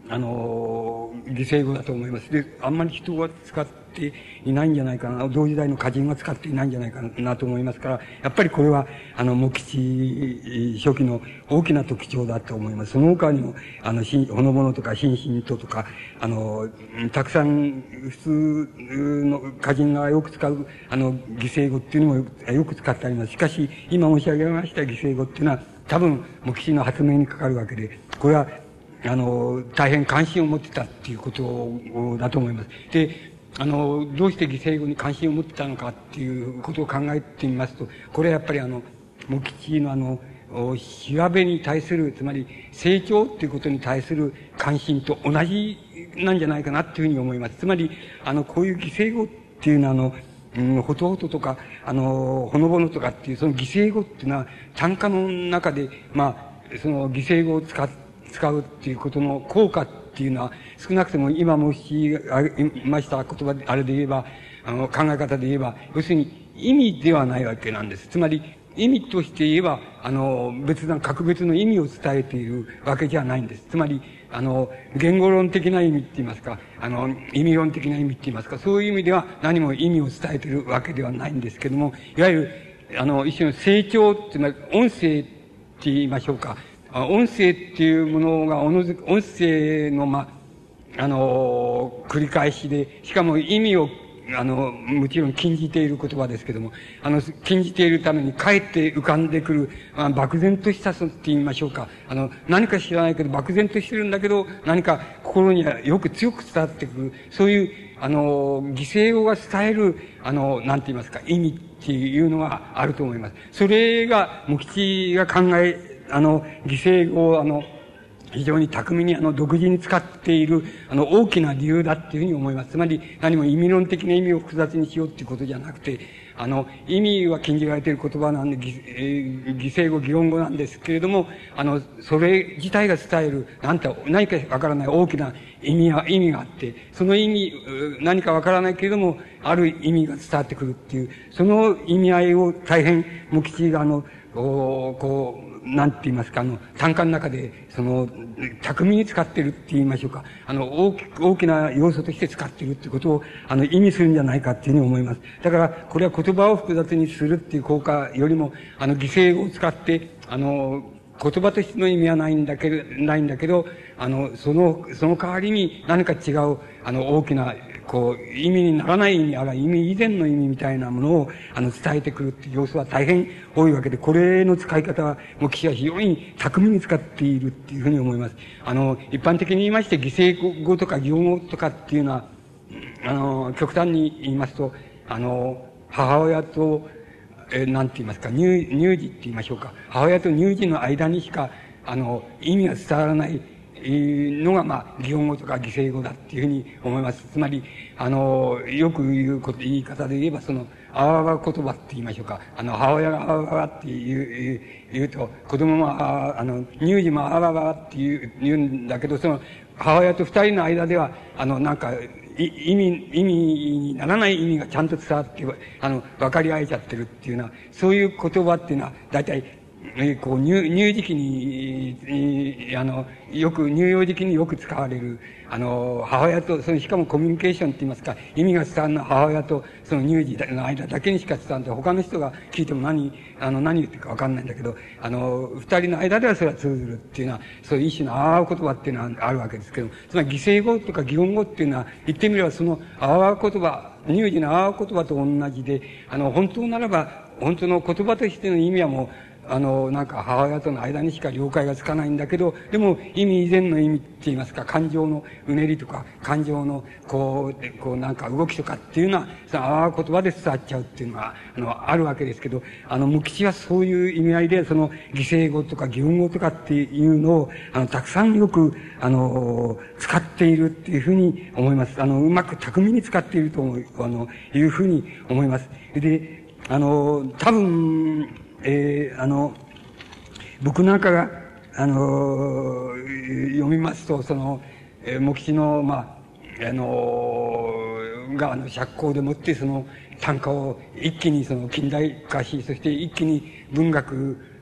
あの、犠牲語だと思います。で、あんまり人は使っていないんじゃないかな、同時代の歌人は使っていないんじゃないかなと思いますから、やっぱりこれは、あの、茂吉初期の大きな特徴だと思います。その他にも、あの、ほのぼのとか、心身ととか、あの、たくさん、普通の歌人がよく使う、あの、犠牲語っていうのもよく使ってあります。しかし、今申し上げました犠牲語っていうのは、多分、茂吉の発明にかかるわけで、これは、あの、大変関心を持ってたっていうことだと思います。で、あの、どうして犠牲語に関心を持ってたのかっていうことを考えてみますと、これはやっぱりあの、茂吉のあの、調べに対する、つまり成長っていうことに対する関心と同じなんじゃないかなっていうふうに思います。つまり、あの、こういう犠牲語っていうのはあの、うん、ほとほととか、あの、ほのぼのとかっていう、その犠牲語っていうのは、短歌の中で、まあ、その犠牲語を使って、使うっていうことの効果っていうのは、少なくとも今申し上げました言葉で、あれで言えば、あの、考え方で言えば、要するに意味ではないわけなんです。つまり、意味として言えば、あの、別な、格別の意味を伝えているわけじゃないんです。つまり、あの、言語論的な意味って言いますか、あの、意味論的な意味って言いますか、そういう意味では何も意味を伝えているわけではないんですけども、いわゆる、あの、一種の成長っていうのは、音声って言いましょうか、音声っていうものがおのずく、音声の、まあ、あの、繰り返しで、しかも意味を、あの、もちろん禁じている言葉ですけども、あの、禁じているためにかえって浮かんでくる、まあ、漠然としたって言いましょうか。あの、何か知らないけど、漠然としてるんだけど、何か心にはよく強く伝わってくる、そういう、あの、犠牲語が伝える、あの、なんて言いますか、意味っていうのがあると思います。それが、茂吉が考え、あの、犠牲語を、あの、非常に巧みに、あの、独自に使っている、あの、大きな理由だっていうふうに思います。つまり、何も意味論的な意味を複雑にしようっていうことじゃなくて、あの、意味は禁じられている言葉なんで、犠、えー、犠牲語、擬音語なんですけれども、あの、それ自体が伝える、なんて、何かわからない大きな意味が、意味があって、その意味、何かわからないけれども、ある意味が伝わってくるっていう、その意味合いを大変、茂吉があの、こう、なんて言いますか、あの、短歌の中で、その、巧みに使ってるって言いましょうか。あの、大き大きな要素として使ってるってことを、あの、意味するんじゃないかっていうふうに思います。だから、これは言葉を複雑にするっていう効果よりも、あの、犠牲語を使って、あの、言葉としての意味はないんだけど、ないんだけど、あの、その、その代わりに何か違う、あの、大きな、こう、意味にならない意味、あるいは意味以前の意味みたいなものを、あの、伝えてくるっていう要素は大変多いわけで、これの使い方は、もう記者は非常に巧みに使っているっていうふうに思います。あの、一般的に言いまして、犠牲語とか擬音語とかっていうのは、あの、極端に言いますと、あの、母親と、えー、なんて言いますか、乳、乳児って言いましょうか。母親と乳児の間にしか、あの、意味が伝わらないのが、まあ、擬音語とか犠牲語だっていうふうに思います。つまり、あの、よく言うこと、言い方で言えば、その、あわわ言葉って言いましょうか。あの、母親があわわって言う、言う、言うと、子供も、あの、乳児もあわわって言う、言うんだけど、その、母親と二人の間では、あの、なんか、意味、意味にならない意味がちゃんと伝わって、あの、分かり合えちゃってるっていうのは、そういう言葉っていうのは、大体、えこう、乳、乳児期に、あの、よく、乳幼児期によく使われる、あの、母親と、その、しかもコミュニケーションって言いますか、意味が伝わるのは母親とその乳児の間だけにしか伝わらない。他の人が聞いても何、あの、何言ってるかわかんないんだけど、あの、二人の間ではそれは通ずるっていうのは、そういう一種のあわわ言葉っていうのはあるわけですけど、つまり犠牲語とか擬音語っていうのは、言ってみればそのあわわ言葉、乳児のあわわ言葉と同じで、あの、本当ならば、本当の言葉としての意味はもう、あの、なんか母親との間にしか了解がつかないんだけど、でも意味以前の意味って言いますか、感情のうねりとか、感情のこう、こうなんか動きとかっていうのは、そのああ言葉で伝わっちゃうっていうのは、あの、あるわけですけど、あの、無吉はそういう意味合いで、その犠牲語とか擬音語とかっていうのを、あの、たくさんよく、あの、使っているっていうふうに思います。あの、うまく巧みに使っていると思う、あの、いうふうに思います。で、あの、多分、えー、あの、僕なんかが、あの、読みますと、その、えー、茂吉の、まあ、あの、が、あの、釈光でもって、その、短歌を一気にその近代化し、そして一気に文学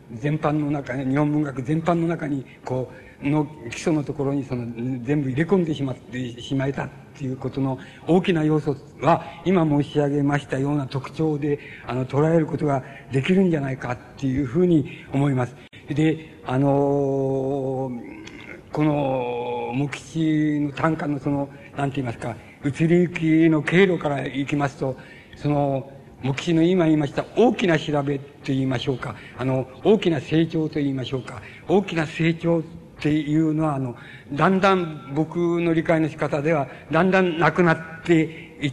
全般の中に、日本文学全般の中に、こう、の基礎のところにその全部入れ込んでしまってしまえたっていうことの大きな要素は、今申し上げましたような特徴で、あの、捉えることができるんじゃないかっていうふうに思います。で、あのー、この、茂吉の短歌のその、なんて言いますか、移り行きの経路から行きますと、その、茂吉の今言いました大きな調べと言いましょうか、あの、大きな成長と言いましょうか、大きな成長っていうのは、あの、だんだん僕の理解の仕方では、だんだんなくなっていって、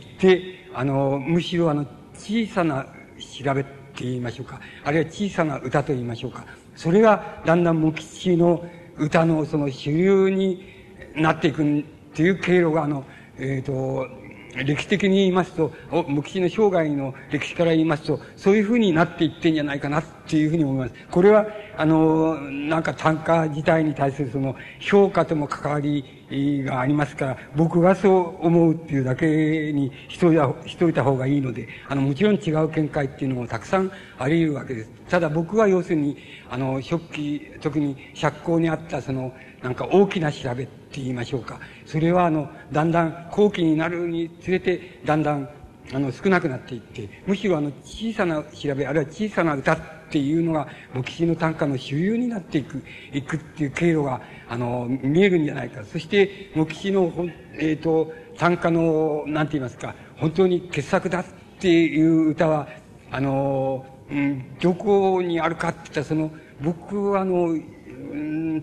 あの、むしろあの、小さな調べって言いましょうか、あるいは小さな歌と言いましょうか、それがだんだん茂吉の歌のその主流になっていくっていう経路が、あの、えっと、歴史的に言いますと、茂吉の生涯の歴史から言いますと、そういうふうになっていってんじゃないかなっていうふうに思います。これは、あの、なんか短歌自体に対するその評価とも関わりがありますから、僕がそう思うっていうだけにしといた、しといた方がいいので、あの、もちろん違う見解っていうのもたくさんあり得るわけです。ただ僕は要するに、あの、初期、特に釈光にあったその、なんか大きな調べって言いましょうか。それはあの、だんだん後期になるにつれて、だんだん、あの、少なくなっていって、むしろあの、小さな調べ、あるいは小さな歌っていうのが、茂吉の短歌の主流になっていく、いくっていう経路が、あの、見えるんじゃないか。そして、茂吉の、えっと、短歌の、なんて言いますか、本当に傑作だっていう歌は、あの、うん、どこにあるかって言ったら、その、僕はあの、うん、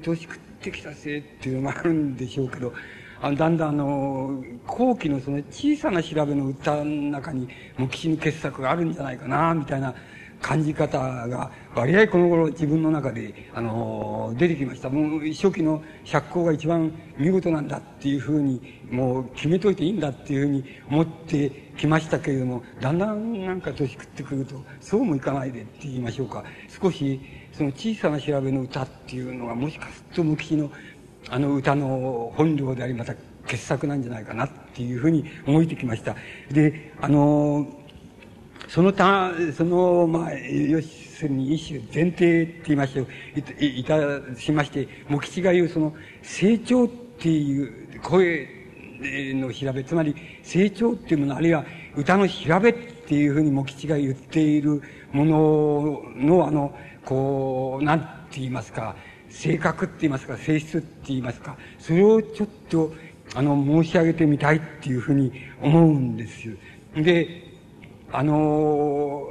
年食ってきたせいっていうのがあるんでしょうけど、あのだんだんあの、後期のその小さな調べの歌の中に、茂吉の傑作があるんじゃないかな、みたいな感じ方が、割合この頃自分の中で、あの、出てきました。もう初期の釈光が一番見事なんだっていうふうに、もう決めといていいんだっていうふうに思ってきましたけれども、だんだんなんか年食ってくると、そうもいかないでって言いましょうか。少し、その小さな調べの歌っていうのが、もしかすると茂吉のあの歌の本領であり、また傑作なんじゃないかなっていうふうに思えてきました。で、あの、そのた、その、まあ、要するに一種前提って言いましょう、い、いたしまして、茂吉が言うその成長っていう声の調べ、つまり成長っていうもの、あるいは歌の調べっていうふうに茂吉が言っているものの、あの、こう、なんて言いますか、性格って言いますか、性質って言いますか、それをちょっと、あの、申し上げてみたいっていうふうに思うんですよ。で、あの、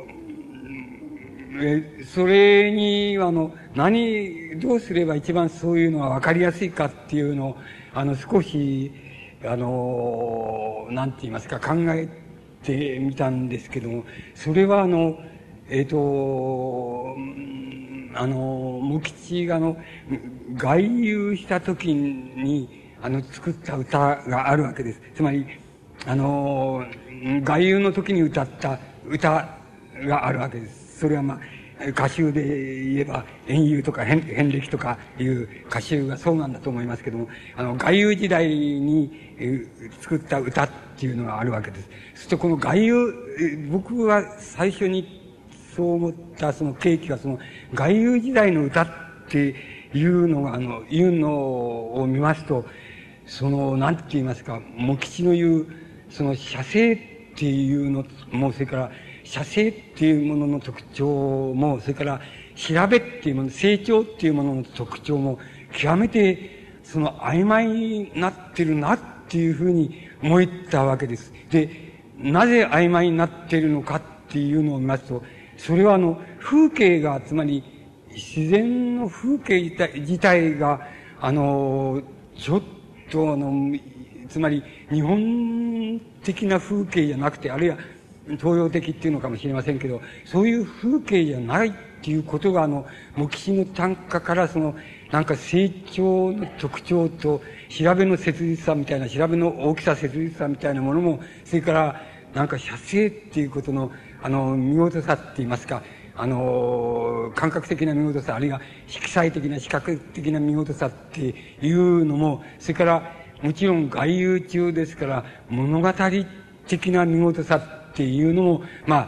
え、それに、あの、何、どうすれば一番そういうのが分かりやすいかっていうのを、あの、少し、あの、なんて言いますか、考えてみたんですけども、それはあの、えっと、あの、茂吉があの、外遊した時に、あの、作った歌があるわけです。つまり、あの、外遊の時に歌った歌があるわけです。それはまあ、歌集で言えば、遠遊とか変変歴とかいう歌集がそうなんだと思いますけども、あの、外遊時代に作った歌っていうのがあるわけです。そしてこの外遊、僕は最初にそう思ったその契機は、その外遊時代の歌っていうのが、あの、いうのを見ますと、その、なんて言いますか、茂吉の言う、その、写生っていうのも、それから、写生っていうものの特徴も、それから、調べっていうもの、成長っていうものの特徴も、極めて、その、曖昧になってるなっていうふうに思ったわけです。で、なぜ曖昧になっているのかっていうのを見ますと、それはあの、風景が、つまり、自然の風景自体自体が、あの、ちょっとあの、つまり、日本的な風景じゃなくて、あるいは、東洋的っていうのかもしれませんけど、そういう風景じゃないっていうことが、あの、茂吉の短歌からその、なんか成長の特徴と、調べの切実さみたいな、調べの大きさ、切実さみたいなものも、それから、なんか写生っていうことの、あの、見事さって言いますか、あの、感覚的な見事さ、あるいは色彩的な視覚的な見事さっていうのも、それから、もちろん外遊中ですから、物語的な見事さっていうのも、まあ、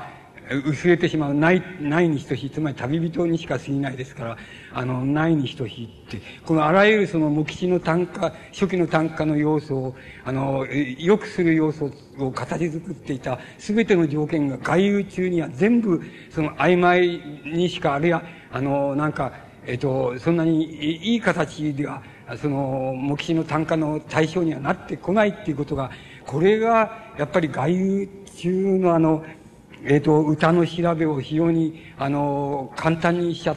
薄れてしまう、ない、ないに等しい、つまり旅人にしか過ぎないですから、あの、ないに等しいって、このあらゆるその目視の単価、初期の単価の要素を、あの、良くする要素を形作っていたすべての条件が外遊中には全部、その曖昧にしか、あるいは、あの、なんか、えっと、そんなにいい形では、その、目視の単価の対象にはなってこないっていうことが、これが、やっぱり外遊中のあの、えっ、と、歌の調べを非常に、あの、簡単にしちゃって、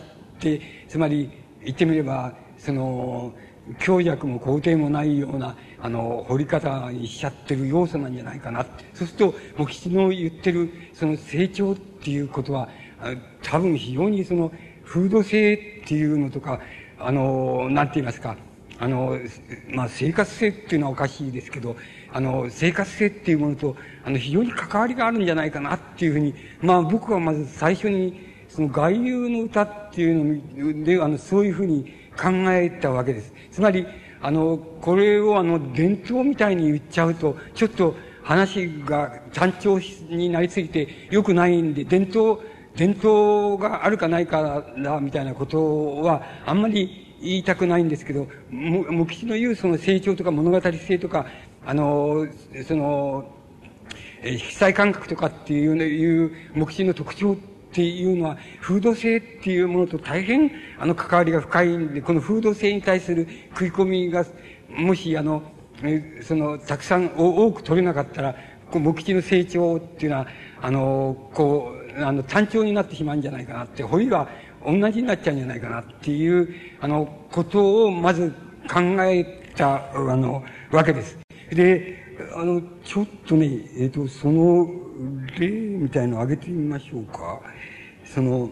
つまり、言ってみれば、その、強弱も肯定もないような、あの、掘り方にしちゃってる要素なんじゃないかな。そうすると、茂吉の言ってる、その成長っていうことは、多分非常にその、風土性っていうのとか、あの、なんて言いますか、あの、まあ、生活性っていうのはおかしいですけど、あの、生活性っていうものと、あの、非常に関わりがあるんじゃないかなっていうふうに、まあ、僕はまず最初に、その外遊の歌っていうので、あの、そういうふうに考えたわけです。つまり、あの、これをあの、伝統みたいに言っちゃうと、ちょっと話が単調になりすぎて良くないんで、伝統、伝統があるかないかだ、みたいなことは、あんまり言いたくないんですけど、茂吉の言うその成長とか物語性とか、あの、その、え色彩感覚とかっていう、いう目視の特徴っていうのは、風土性っていうものと大変、あの、関わりが深いんで、この風土性に対する食い込みが、もし、あの、えその、たくさん、多く取れなかったら、こう、目視の成長っていうのは、あの、こう、あの、単調になってしまうんじゃないかなって、彫りが同じになっちゃうんじゃないかなっていう、あの、ことを、まず考えた、あの、わけです。で、あの、ちょっとね、えっ、と、その例みたいのを挙げてみましょうか。その、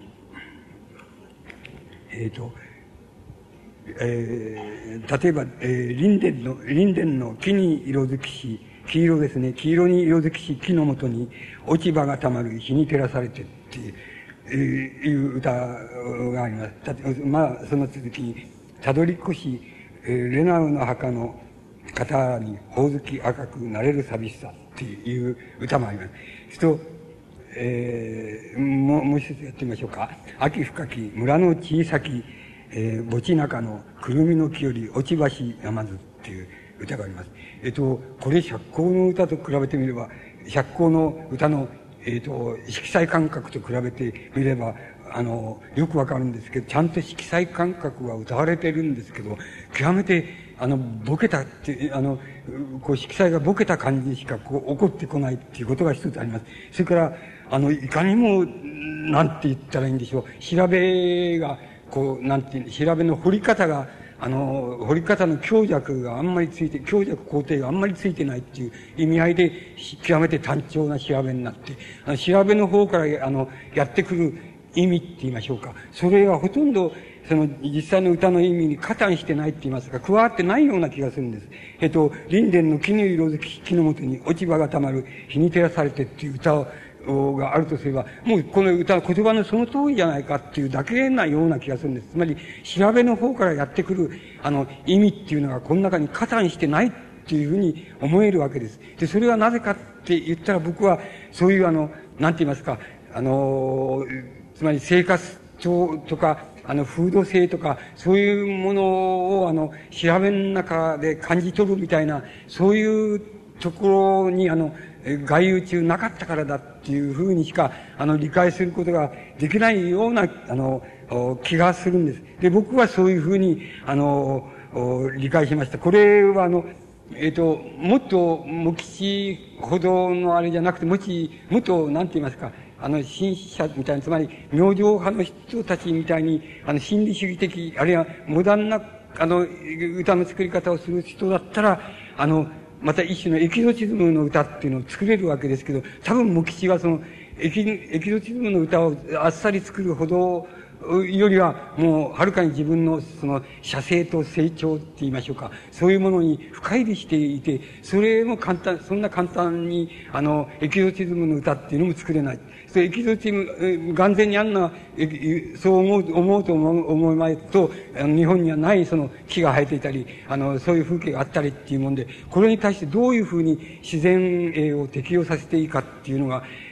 えっ、と、えー、例えば、えー、林田の、林田の木に色づきし、黄色ですね、黄色に色づきし木のもとに落ち葉がたまる日に照らされてっていう、えー、いう歌があります。たまあ、その続きに、たどり越し、えー、レナウの墓の肩にほおずき赤くなれる寂しさっていう歌もあります。すると、えー、もう、もう一つやってみましょうか。秋深き村の小さき、えー、墓地中のくるみの木より落ち葉しやまずっていう歌があります。えっと、これ釈光の歌と比べてみれば、釈光の歌の、えっと、色彩感覚と比べてみれば、あの、よくわかるんですけど、ちゃんと色彩感覚は歌われてるんですけど、極めて、あの、ボケたって、あの、こう、色彩がボケた感じしか、こう、起こってこないっていうことが一つあります。それから、あの、いかにも、なんて言ったらいいんでしょう、調べが、こう、なんて、調べの掘り方が、あの、掘り方の強弱があんまりついて、強弱肯定があんまりついてないっていう意味合いで、極めて単調な調べになって、あの調べの方から、あの、やってくる意味って言いましょうか。それがほとんど、その、実際の歌の意味に加担してないって言いますか、加わってないような気がするんです。えっと、林田の木の色づき木のもとに落ち葉がたまる日に照らされてっていう歌を、があるとすれば、もうこの歌、言葉のその通りじゃないかっていうだけなような気がするんです。つまり、調べの方からやってくる、あの、意味っていうのがこの中に加担してないっていうふうに思えるわけです。で、それはなぜかって言ったら僕は、そういうあの、なんて言いますか、あの、つまり生活調とか、あの、風土性とか、そういうものを、あの、調べの中で感じ取るみたいな、そういうところに、あの、外遊中なかったからだっていうふうにしか、あの、理解することができないような、あの、気がするんです。で、僕はそういうふうに、あの、理解しました。これは、あの、えっ、と、もっと、茂吉ほどのあれじゃなくて、もし、もっと、なんて言いますか、あの、新者みたいな、つまり、明星派の人たちみたいに、あの、心理主義的、あるいは、モダンな、あの、歌の作り方をする人だったら、あの、また一種のエキゾチズムの歌っていうのを作れるわけですけど、多分茂吉はそのエキ、エキゾチズムの歌をあっさり作るほどよりは、もう、はるかに自分のその、写生と成長って言いましょうか、そういうものに深入りしていて、それも簡単、そんな簡単に、あの、エキゾチズムの歌っていうのも作れない。それエキゾチズム、完全にあんな、そう思う、思うと思う、思いまいと、あの日本にはないその木が生えていたり、あの、そういう風景があったりっていうもんで、これに対してどういうふうに自然を適用させていいかっていうのが、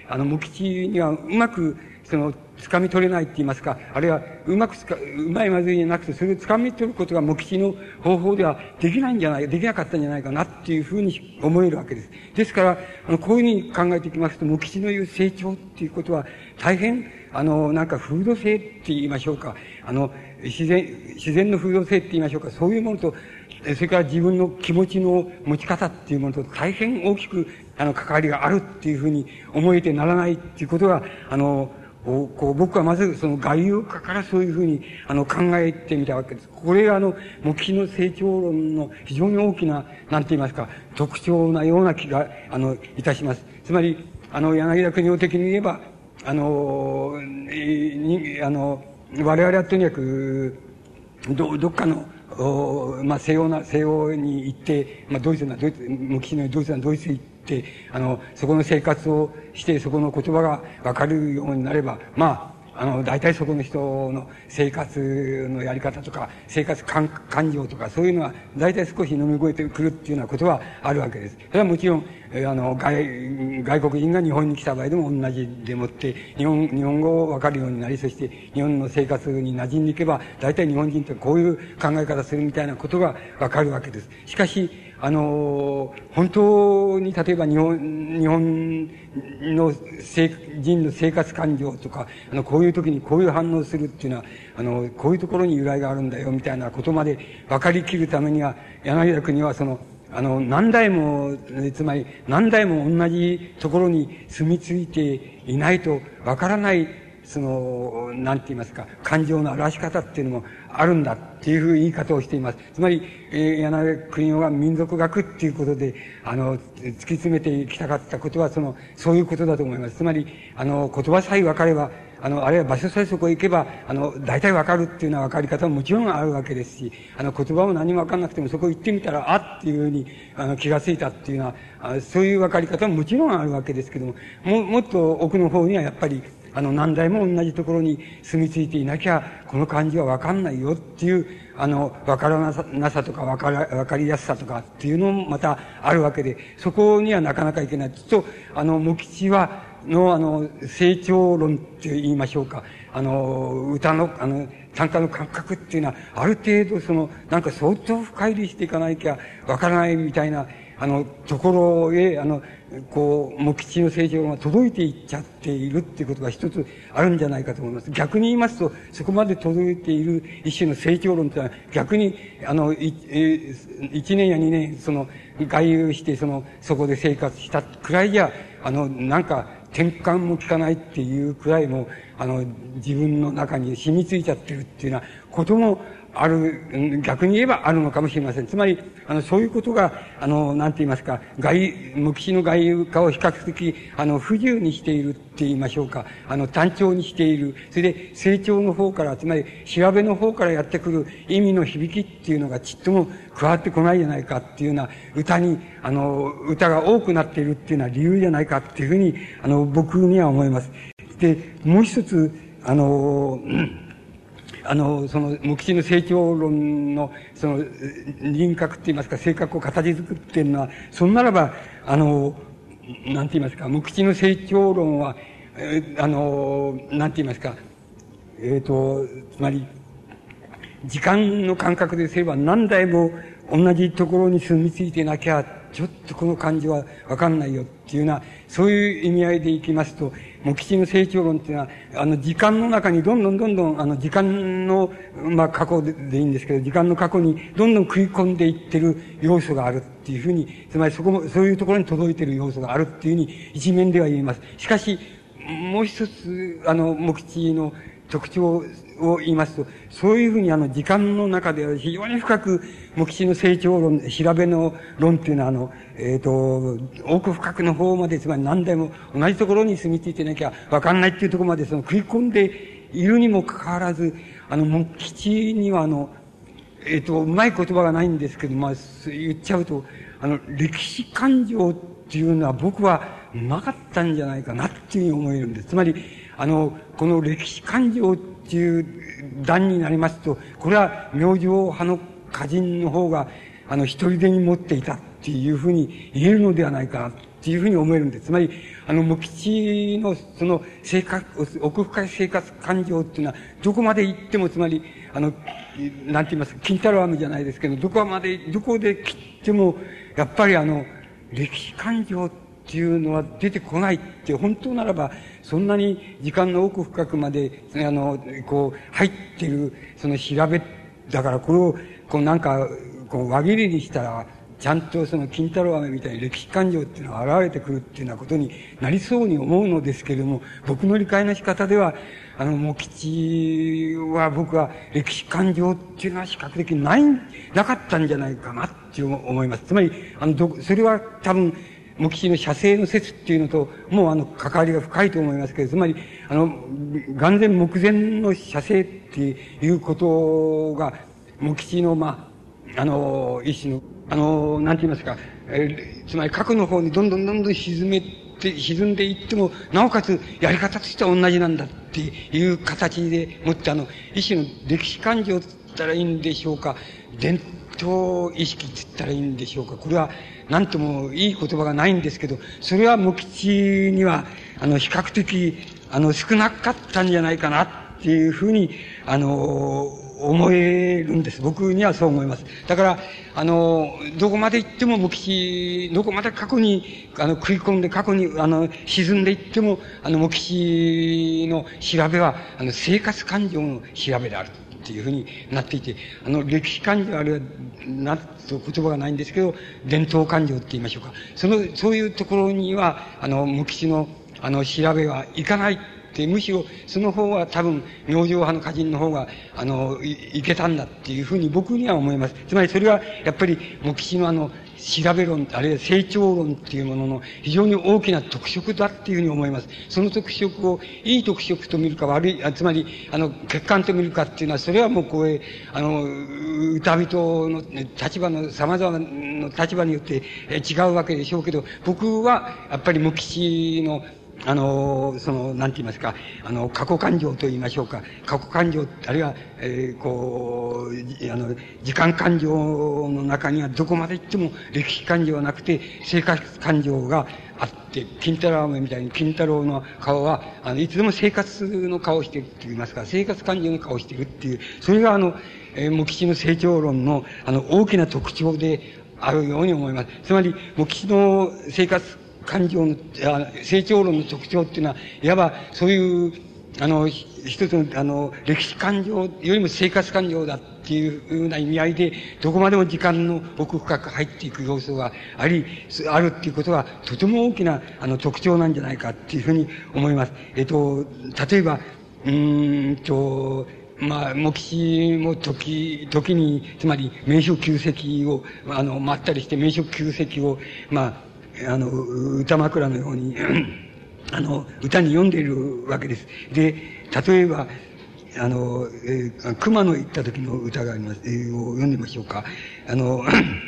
あの、茂吉にはうまく、その、掴み取れないって言いますか、あるいは、うまくつか、うまいまずいじゃなくて、それを掴み取ることが茂吉の方法ではできないんじゃない、できなかったんじゃないかなっていうふうに思えるわけです。ですから、あの、こういうふうに考えていきますと、茂吉の言う成長っていうことは、大変、あの、なんか風土性って言いましょうか、あの、自然、自然の風土性って言いましょうか、そういうものと、それから自分の気持ちの持ち方っていうものと大変大きく、あの、関わりがあるっていうふうに思えてならないっていうことが、あの、こう、僕はまずその概要化からそういうふうに、あの、考えてみたわけです。これがあの、茂吉の成長論の非常に大きな、なんて言いますか、特徴なような気が、あの、いたします。つまり、あの、柳田国夫的に言えば、あの、えに、あの、我々はとにかく、ど、どっかの、おまあ、西洋な、西洋に行って、まあ、ドイツな、ドイツ、茂吉のドイツな、ドイツに行って、あの、そこの生活をして、そこの言葉がわかるようになれば、まあ、あの、大体そこの人の生活のやり方とか、生活感、感情とか、そういうのは、大体少し飲み越えてくるっていうようなことはあるわけです。それはもちろん、えあの、外、外国人が日本に来た場合でも同じでもって、日本、日本語をわかるようになり、そして日本の生活に馴染んでいけば、大体日本人ってこういう考え方するみたいなことがわかるわけです。しかし、あの、本当に例えば日本、日本の人の生活感情とか、あの、こういう時にこういう反応するっていうのは、あの、こういうところに由来があるんだよ、みたいなことまで分かりきるためには、柳田国はその、あの、何代も、つまり何代も同じところに住み着いていないと分からない、その、なんて言いますか、感情の表し方っていうのもあるんだっていうふう言い方をしています。つまり、えー、柳田国夫が民族学っていうことで、あの、突き詰めていきたかったことは、その、そういうことだと思います。つまり、あの、言葉さえ分かれば、あの、あるいは場所さえそこへ行けば、あの、大体わかるっていうような分かり方ももちろんあるわけですし、あの、言葉も何も分かんなくてもそこ行ってみたら、あっていうふうに、あの、気がついたっていうような、あそういう分かり方ももちろんあるわけですけども、も、もっと奥の方にはやっぱり、あの、何代も同じところに住み着いていなきゃ、この漢字は分かんないよっていう、あの、分からなさなさとか分から、分かりやすさとかっていうのもまたあるわけで、そこにはなかなかいけない。と、あの、茂吉は、の、あの、成長論って言いましょうか。あの、歌の、あの、短歌の感覚っていうのは、ある程度その、なんか相当深入りしていかなきゃわからないみたいな、あの、ところへ、あの、こう、茂吉の成長が届いていっちゃっているっていうことが一つあるんじゃないかと思います。逆に言いますと、そこまで届いている一種の成長論というのは、逆に、あの、い、え、一年や二年、その、外遊して、その、そこで生活したくらいじゃ、あの、なんか、転換も効かないっていうくらいも、あの、自分の中に染みついちゃってるっていうようなこともある、逆に言えばあるのかもしれません。つまり、あの、そういうことが、あの、なんて言いますか、外、無機の外遊化を比較的、あの、不自由にしているって言いましょうか、あの、単調にしている。それで、成長の方から、つまり、調べの方からやってくる意味の響きっていうのがちっとも加わってこないじゃないかっていうような歌に、あの、歌が多くなっているっていうのは理由じゃないかっていうふうに、あの、僕には思います。で、もう一つ、あの、あの、その、茂吉の成長論の、その、人格って言いますか、性格を形作っているのは、そんならば、あの、なんて言いますか、茂吉の成長論は、えー、あの、なんて言いますか、えっ、ー、と、つまり、時間の感覚ですれば何代も同じところに住み着いてなきゃ、ちょっとこの感じはわかんないよっていうような、そういう意味合いでいきますと、茂吉の成長論っていうのは、あの、時間の中にどんどんどんどん、あの、時間の、まあ、過去でいいんですけど、時間の過去にどんどん食い込んでいってる要素があるっていうふうに、つまりそこも、そういうところに届いている要素があるっていうふうに、一面では言えます。しかし、もう一つ、あの、茂吉の特徴を言いますと、そういうふうにあの時間の中では非常に深く茂吉の成長論、調べの論っていうのはあの、えっ、ー、と、奥深くの方まで、つまり何代も同じところに住み着いてなきゃわかんないっていうところまでその食い込んでいるにもかかわらず、あの、茂吉にはあの、えっ、ー、と、うまい言葉がないんですけど、まあ、言っちゃうと、あの、歴史感情っていうのは僕はなかったんじゃないかなっていうふうに思えるんです。つまり、あの、この歴史感情っていう段になりますと、これは明星派の歌人の方が、 あの、一人でに持っていたっていうふうに言えるのではないかなっていうふうに思えるんです。つまり、あの、無吉のその生活、奥深い生活感情っていうのは、どこまで行っても、つまり、あの、なんて言いますか、金太郎飴じゃないですけど、どこまで、どこで切っても、やっぱりあの、歴史感情っていうのは出てこないって、本当ならば、そんなに時間の奥深くまで、あの、こう、入ってる、その調べ、だからこれを、こうなんか、こう輪切りにしたら、ちゃんとその金太郎飴みたいに歴史感情っていうのが現れてくるっていうようなことになりそうに思うのですけれども、僕の理解の仕方では、あの、茂吉は僕は歴史感情っていうのは比較的ない、なかったんじゃないかなって思います。つまり、あの、ど、それは多分、茂吉の写生の説っていうのと、もうあの、関わりが深いと思いますけど、つまり、あの、眼前目前の写生っていうことが、茂吉の、まあ、あの、一種の、あの、なんて言いますか、えー、つまり核の方にどんどんどんどん沈めて、沈んでいっても、なおかつやり方としては同じなんだっていう形でもってあの、一種の歴史感情って言ったらいいんでしょうか、伝統意識って言ったらいいんでしょうか、これは何ともいい言葉がないんですけど、それは茂吉には、あの、比較的、あの、少なかったんじゃないかなっていうふうに、あの、思えるんです。僕にはそう思います。だから、あの、どこまで行っても茂吉、どこまで過去に、あの、食い込んで過去に、あの、沈んでいっても、あの、茂吉の調べは、あの、生活感情の調べである。っていうふうになっていて、あの、歴史感情、あるいは、なんと言葉がないんですけど、伝統感情って言いましょうか。その、そういうところには、あの、茂吉の、あの、調べはいかない。むしろ、その方は多分、明星派の歌人の方が、あの、い、いけたんだっていうふうに僕には思います。つまりそれは、やっぱり、茂吉のあの、調べ論、あるいは成長論っていうものの非常に大きな特色だっていうふうに思います。その特色を、いい特色と見るか悪い、あつまり、あの、欠陥と見るかっていうのは、それはもうこういう、あの、歌人の立場の、様々な立場によって違うわけでしょうけど、僕は、やっぱり茂吉の、あの、その、なんて言いますか、あの、過去感情と言いましょうか、過去感情、あるいは、えー、こう、あの、時間感情の中にはどこまで行っても歴史感情はなくて、生活感情があって、金太郎飴みたいに金太郎の顔は、あの、いつでも生活の顔をしているって言いますか、生活感情の顔をしているっていう、それがあの、えー、茂吉の成長論の、あの、大きな特徴であるように思います。つまり、茂吉の生活感情の、成長論の特徴っていうのは、いわばそういう、あの、一つの、あの、歴史感情よりも生活感情だっていうふうな意味合いで、どこまでも時間の奥深く入っていく要素があり、あるっていうことは、とても大きな、あの、特徴なんじゃないかっていうふうに思います。えっと、例えば、うーんと、まあ、茂吉も時、時に、つまり、名所旧跡を、あの、待ったりして、名所旧跡を、まあ、あの、歌枕のように、あの、歌に読んでいるわけです。で、例えば、あの、えー、熊野行った時の歌があります。えー、を読んでみましょうか。あの、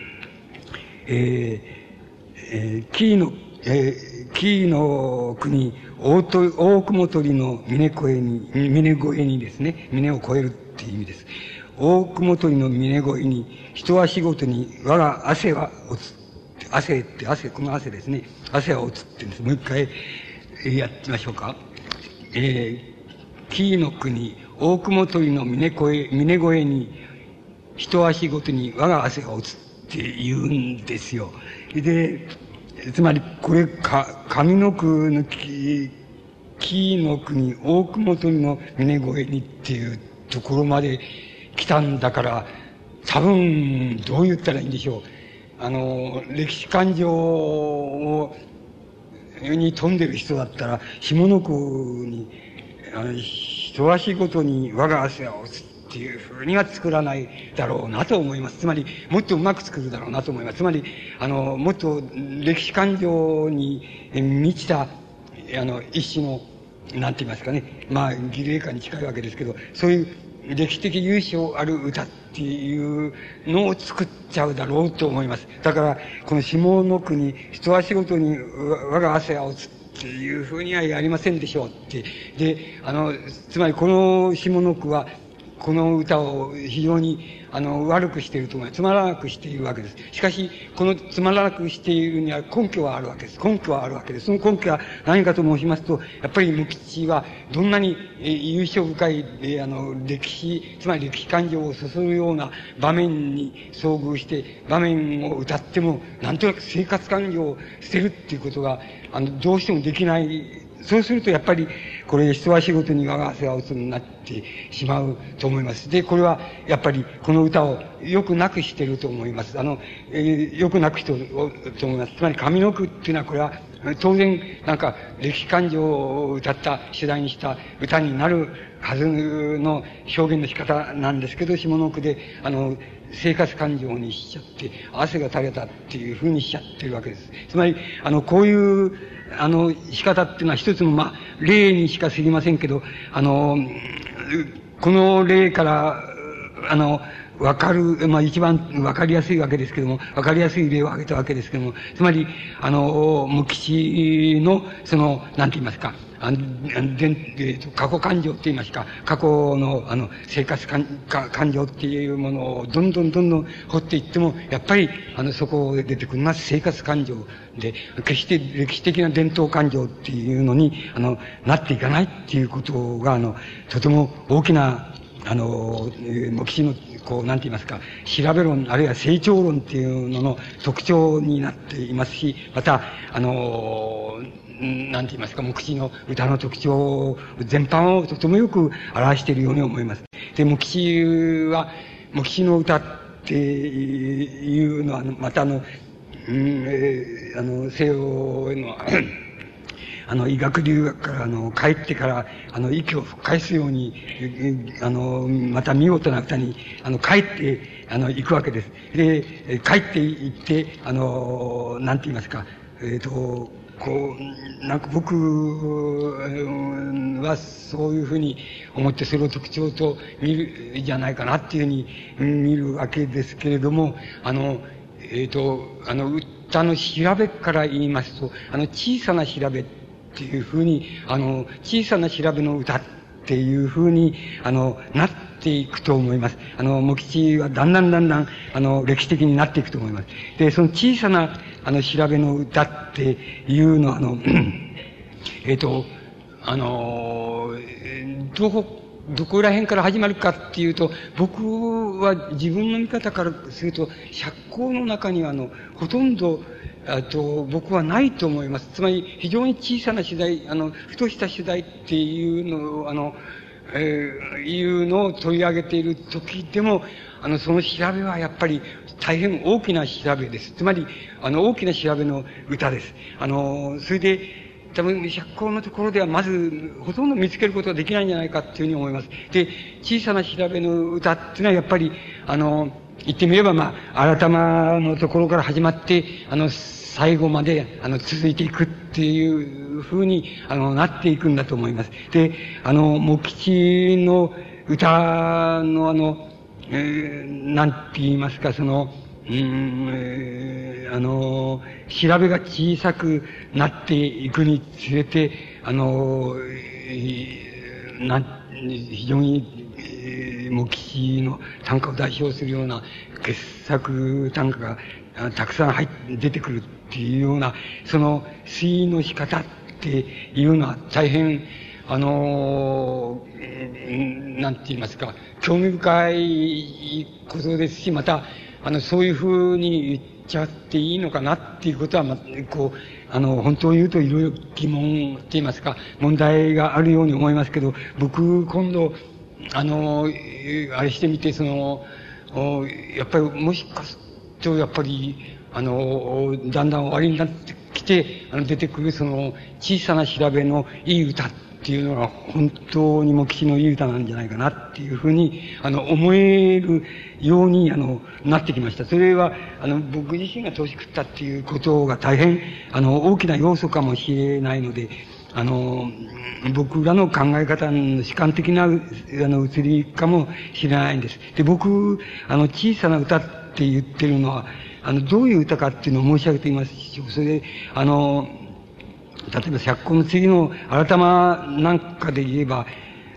えー、えー、紀伊の、えー、紀伊の国、大と、大雲取の峰越えに、峰越えにですね、峰を越えるっていう意味です。大雲取の峰越えに、一足ごとに我が汗は落つ。汗って汗、この汗ですね。汗は落ちてるんです。もう一回やってみましょうか。えー、紀伊の国、大雲取の峰越え、峰越えに、一足ごとに我が汗が落ちって言うんですよ。で、つまり、これ、か、上の句の紀伊の国、大雲取の峰越えにっていうところまで来たんだから、多分、どう言ったらいいんでしょう。あの、歴史感情を、に富んでる人だったら、下の句に、あの、一足ごとに我が汗を落ちっていうふうには作らないだろうなと思います。つまり、もっとうまく作るだろうなと思います。つまり、あの、もっと歴史感情に満ちた、あの、一種の、なんて言いますかね。まあ、儀礼歌に近いわけですけど、そういう歴史的由緒ある歌っていうのを作っちゃうだろうと思います。だから、この下の句に一足ごとに我が汗が落ちっていうふうにはやりませんでしょうって。で、あの、つまりこの下の句は、 この歌を非常に、あの、悪くしていると思います。つまらなくしているわけです。しかし、このつまらなくしているには根拠はあるわけです。根拠はあるわけです。その根拠は何かと申しますと、やっぱり無吉はどんなに、えー、優勝深い、えー、あの、歴史、つまり歴史感情をそそるような場面に遭遇して、場面を歌っても、なんとなく生活感情を捨てるっていうことが、あの、どうしてもできない。そうするとやっぱり、これ、人は仕事に我が汗は打つになってしまうと思います。で、これは、やっぱり、この歌をよくなくしていると思います。あの、えー、よくなくしてると思います。つまり、上の句っていうのは、これは、当然、なんか、歴史感情を歌った、主題にした歌になるはずの表現の仕方なんですけど、下の句で、あの、生活感情にしちゃって、汗が垂れたっていう風にしちゃってるわけです。つまり、あの、こういう、あの、仕方っていうのは一つの、まあ、例にしか知りませんけど、あの、この例から、あの、わかる、まあ一番わかりやすいわけですけども、わかりやすい例を挙げたわけですけども、つまり、あの、無吉の、その、なんて言いますか、あの、で、過去感情って言いますか、過去の、あの、生活感、感情っていうものをどんどんどんどん掘っていっても、やっぱり、あの、そこで出てくるのは生活感情で、決して歴史的な伝統感情っていうのに、あの、なっていかないっていうことが、あの、とても大きな、あの、無吉の、こう、なんて言いますか、調べ論、あるいは成長論っていうのの特徴になっていますし、また、あの、なんて言いますか、無吉の歌の特徴全般をとてもよく表しているように思います。で、無吉は、無吉の歌っていうのは、またあの、うんえー、あの、西洋への、あの、医学留学から、あの、帰ってから、あの、息を吹き返すように、あの、また見事な歌に、あの、帰って、あの、行くわけです。で、帰って行って、あの、なんて言いますか、えっ、ー、と、こう、なんか僕はそういうふうに思ってそれを特徴と見るじゃないかなっていうふうに見るわけですけれども、あの、えっ、ー、と、あの、歌の調べから言いますと、あの、小さな調べっていうふうに、あの、小さな調べの歌っていうふうに、あの、なっていくと思います。あの、茂吉はだんだんだんだん、あの、歴史的になっていくと思います。で、その小さな、あの、調べの歌っていうのは、あの、えっと、あの、どこ、どこら辺から始まるかっていうと、僕は自分の見方からすると、釈光の中には、あの、ほとんど、あと、僕はないと思います。つまり、非常に小さな取材、あの、ふとした取材っていうのを、あの、えー、いうのを取り上げている時でも、あの、その調べはやっぱり大変大きな調べです。つまり、あの、大きな調べの歌です。あの、それで、多分、釈光のところではまず、ほとんど見つけることができないんじゃないかっていうふうに思います。で、小さな調べの歌っていうのはやっぱり、あの、言ってみれば、まあ、改まのところから始まって、あの、最後まで、あの、続いていくっていうふうに、あの、なっていくんだと思います。で、あの、茂吉の歌のあの、えー、なんて言いますか、その、うーん、えー、あの、調べが小さくなっていくにつれて、あの、えー、なん、非常に、えー、茂吉の短歌を代表するような傑作短歌がたくさん入って出てくるっていうような、その推移の仕方っていうのは大変、あの、なんて言いますか、興味深いことですし、また、あの、そういうふうに言っちゃっていいのかなっていうことは、ま、こう、あの、本当を言うといろいろ疑問って言いますか、問題があるように思いますけど、僕、今度、あの、あれしてみて、その、やっぱりもしかすると、やっぱり、あの、だんだん終わりになってきて、あの、出てくるその、小さな調べのいい歌っていうのが本当に茂吉のいい歌なんじゃないかなっていうふうに、あの、思えるように、あの、なってきました。それは、あの、僕自身が年食ったっていうことが大変、あの、大きな要素かもしれないので、あの、僕らの考え方の主観的な、あの、移りかもしれないんです。で、僕、あの、小さな歌って言ってるのは、あの、どういう歌かっていうのを申し上げていますし、それで、あの、例えば、釈光の次の改まなんかで言えば、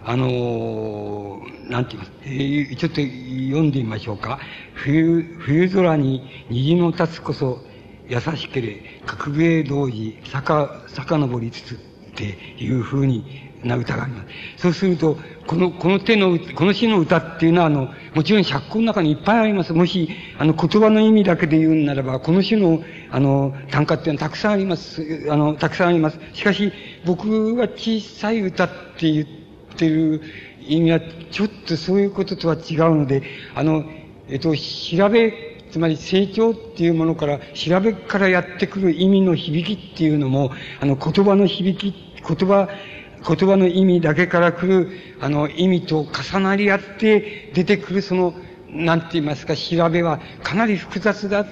あのー、なんて言います、えー、ちょっと読んでみましょうか。冬、冬空に虹の立つこそ優しけれ、角兵衛同時、坂、坂登りつつっていう風にな歌があります。そうすると、この、この手の、この詩の歌っていうのは、あの、もちろん釈光の中にいっぱいあります。もし、あの、言葉の意味だけで言うならば、この詩の、あの、短歌っていうのはたくさんあります。あの、たくさんあります。しかし、僕が小さい歌って言ってる意味は、ちょっとそういうこととは違うので、あの、えっと、調べ、つまり成長っていうものから、調べからやってくる意味の響きっていうのも、あの、言葉の響き、言葉、言葉の意味だけから来る、あの、意味と重なり合って出てくる、その、なんて言いますか、調べはかなり複雑だって、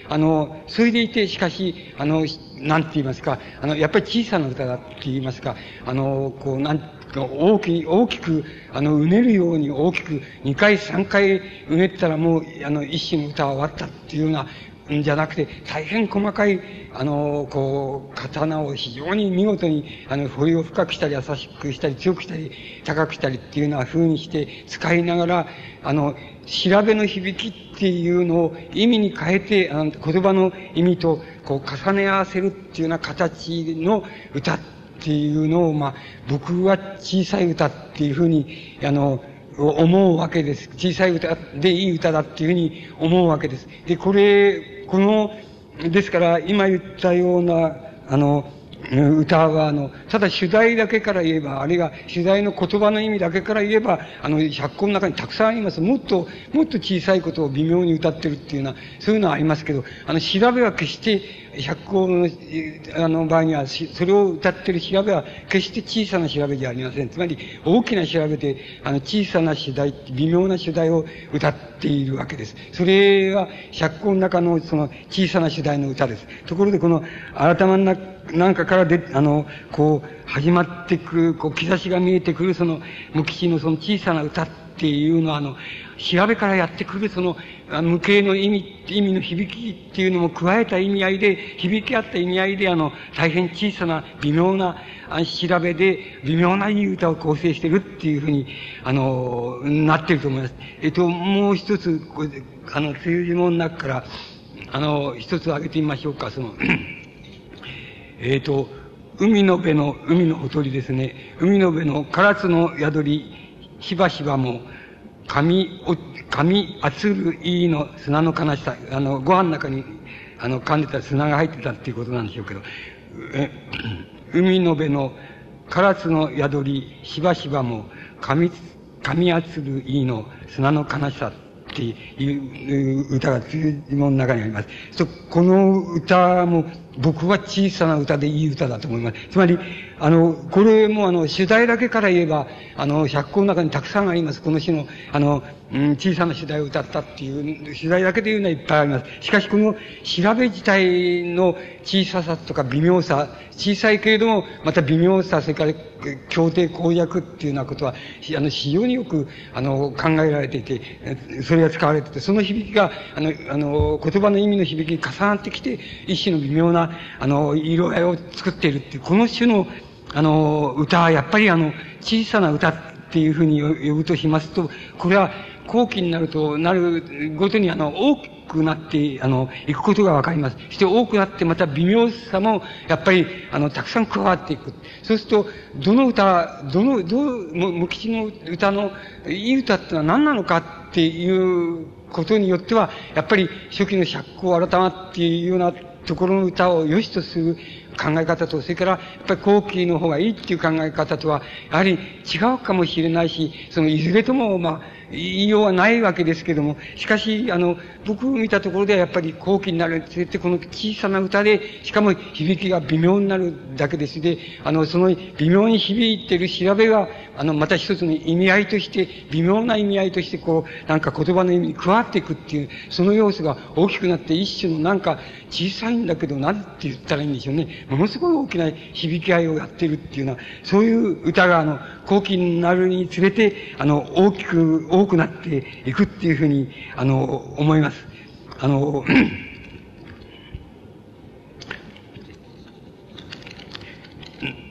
あの、それでいて、しかし、あの、なんて言いますか、あの、やっぱり小さな歌だって言いますか、あの、こう、なん大き、大きく、あの、うねるように大きく、にかい、さんかいうねったらもう、あの、一種の歌は終わったっていうような、んじゃなくて、大変細かい、あの、こう、刀を非常に見事に、あの、彫りを深くしたり、優しくしたり、強くしたり、高くしたりっていうような風にして使いながら、あの、調べの響きっていうのを意味に変えて、あの、言葉の意味と、こう、重ね合わせるっていうような形の歌っていうのを、まあ、僕は小さい歌っていう風に、あの、思うわけです。小さい歌でいい歌だっていうふうに思うわけです。で、これ、この、ですから、今言ったような、あの、歌は、あの、ただ主題だけから言えば、あるいは主題の言葉の意味だけから言えば、あの、百個の中にたくさんあります。もっと、もっと小さいことを微妙に歌ってるっていうような、そういうのはありますけど、あの、調べは決して、百個の、あの、場合には、それを歌ってる調べは、決して小さな調べじゃありません。つまり、大きな調べで、あの、小さな主題、微妙な主題を歌っているわけです。それは、百個の中の、その、小さな主題の歌です。ところで、この、改まんな、なんかからで、あの、こう、始まってくる、こう、兆しが見えてくる、その、無吉のその小さな歌っていうのは、あの、調べからやってくる、その、無形の意味、意味の響きっていうのも加えた意味合いで、響き合った意味合いで、あの、大変小さな、微妙な、調べで、微妙ないい歌を構成してるっていうふうに、あの、なってると思います。えっと、もう一つ、これあの、梅雨雲の中から、あの、一つ挙げてみましょうか、その、えっと、海の辺の、海のほとりですね。海の辺の唐津の宿り、しばしばも、髪、お、髪厚るいいの砂の悲しさ。あの、ご飯の中に、あの、噛んでた砂が入ってたっていうことなんでしょうけど、え、海の辺の唐津の宿り、しばしばも、髪、髪厚るいいの砂の悲しさ。っていう歌が梅雨雲の中にあります。そこの歌も僕は小さな歌でいい歌だと思います。つまり、あの、これもあの、主題だけから言えば、あの、百個の中にたくさんあります。この詩の、あの、うん、小さな主題を歌ったっていう、主題だけで言うのはいっぱいあります。しかしこの調べ自体の小ささとか微妙さ、小さいけれども、また微妙さ、それから協定公約っていうようなことは、あの、非常によく、あの、考えられていて、それが使われてて、その響きが、あの、あの、言葉の意味の響きに重なってきて、一種の微妙な、あの、色合いを作っているっていう、この種の、あの、歌は、やっぱりあの、小さな歌っていうふうに呼ぶとしますと、これは、後期になると、なるごとにあの、多くなって、あの、行くことがわかります。そして多くなって、また微妙さも、やっぱり、あの、たくさん加わっていく。そうすると、どの歌、どの、どう、無吉の歌の、いい歌ってのは何なのかっていうことによっては、やっぱり初期の釈光改まっていうようなところの歌を良しとする考え方と、それから、やっぱり後期の方がいいっていう考え方とは、やはり違うかもしれないし、そのいずれとも、まあ、言いようはないわけですけども、しかし、あの、僕見たところではやっぱり後期になるにつれて、この小さな歌で、しかも響きが微妙になるだけです。で、あの、その微妙に響いている調べが、あの、また一つの意味合いとして、微妙な意味合いとして、こう、なんか言葉の意味に加わっていくっていう、その要素が大きくなって、一種のなんか小さいんだけど、なんて言ったらいいんでしょうね。ものすごい大きな響き合いをやっているっていうのは、そういう歌が、あの、後期になるにつれて、あの、大きく、多くなっていくっていうふうに、あの、思います。あの、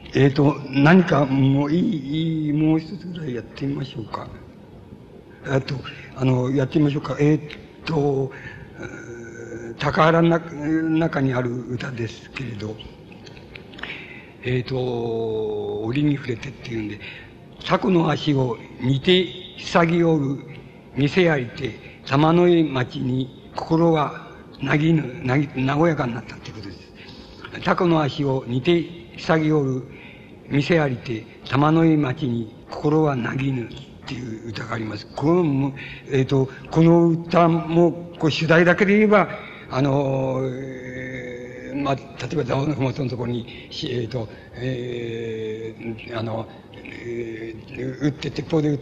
えっと、何かもういい、いい、もう一つぐらいやってみましょうか。えっと、あの、やってみましょうか。えっと、高原の中にある歌ですけれど、えっと、折に触れてっていうんで、タコの足を似て潔おる店ありて、玉の井町に心はなぎぬ、なぎ、和やかになったっていうことです。タコの足を似て潔おる店ありて、玉の井町に心はなぎぬっていう歌があります。この、えっと、この歌も、こう主題だけで言えば、あの、えー、まあ、例えば、ザオのふもとのところに、えっと、えー、あの、えー、撃って、鉄砲で撃って、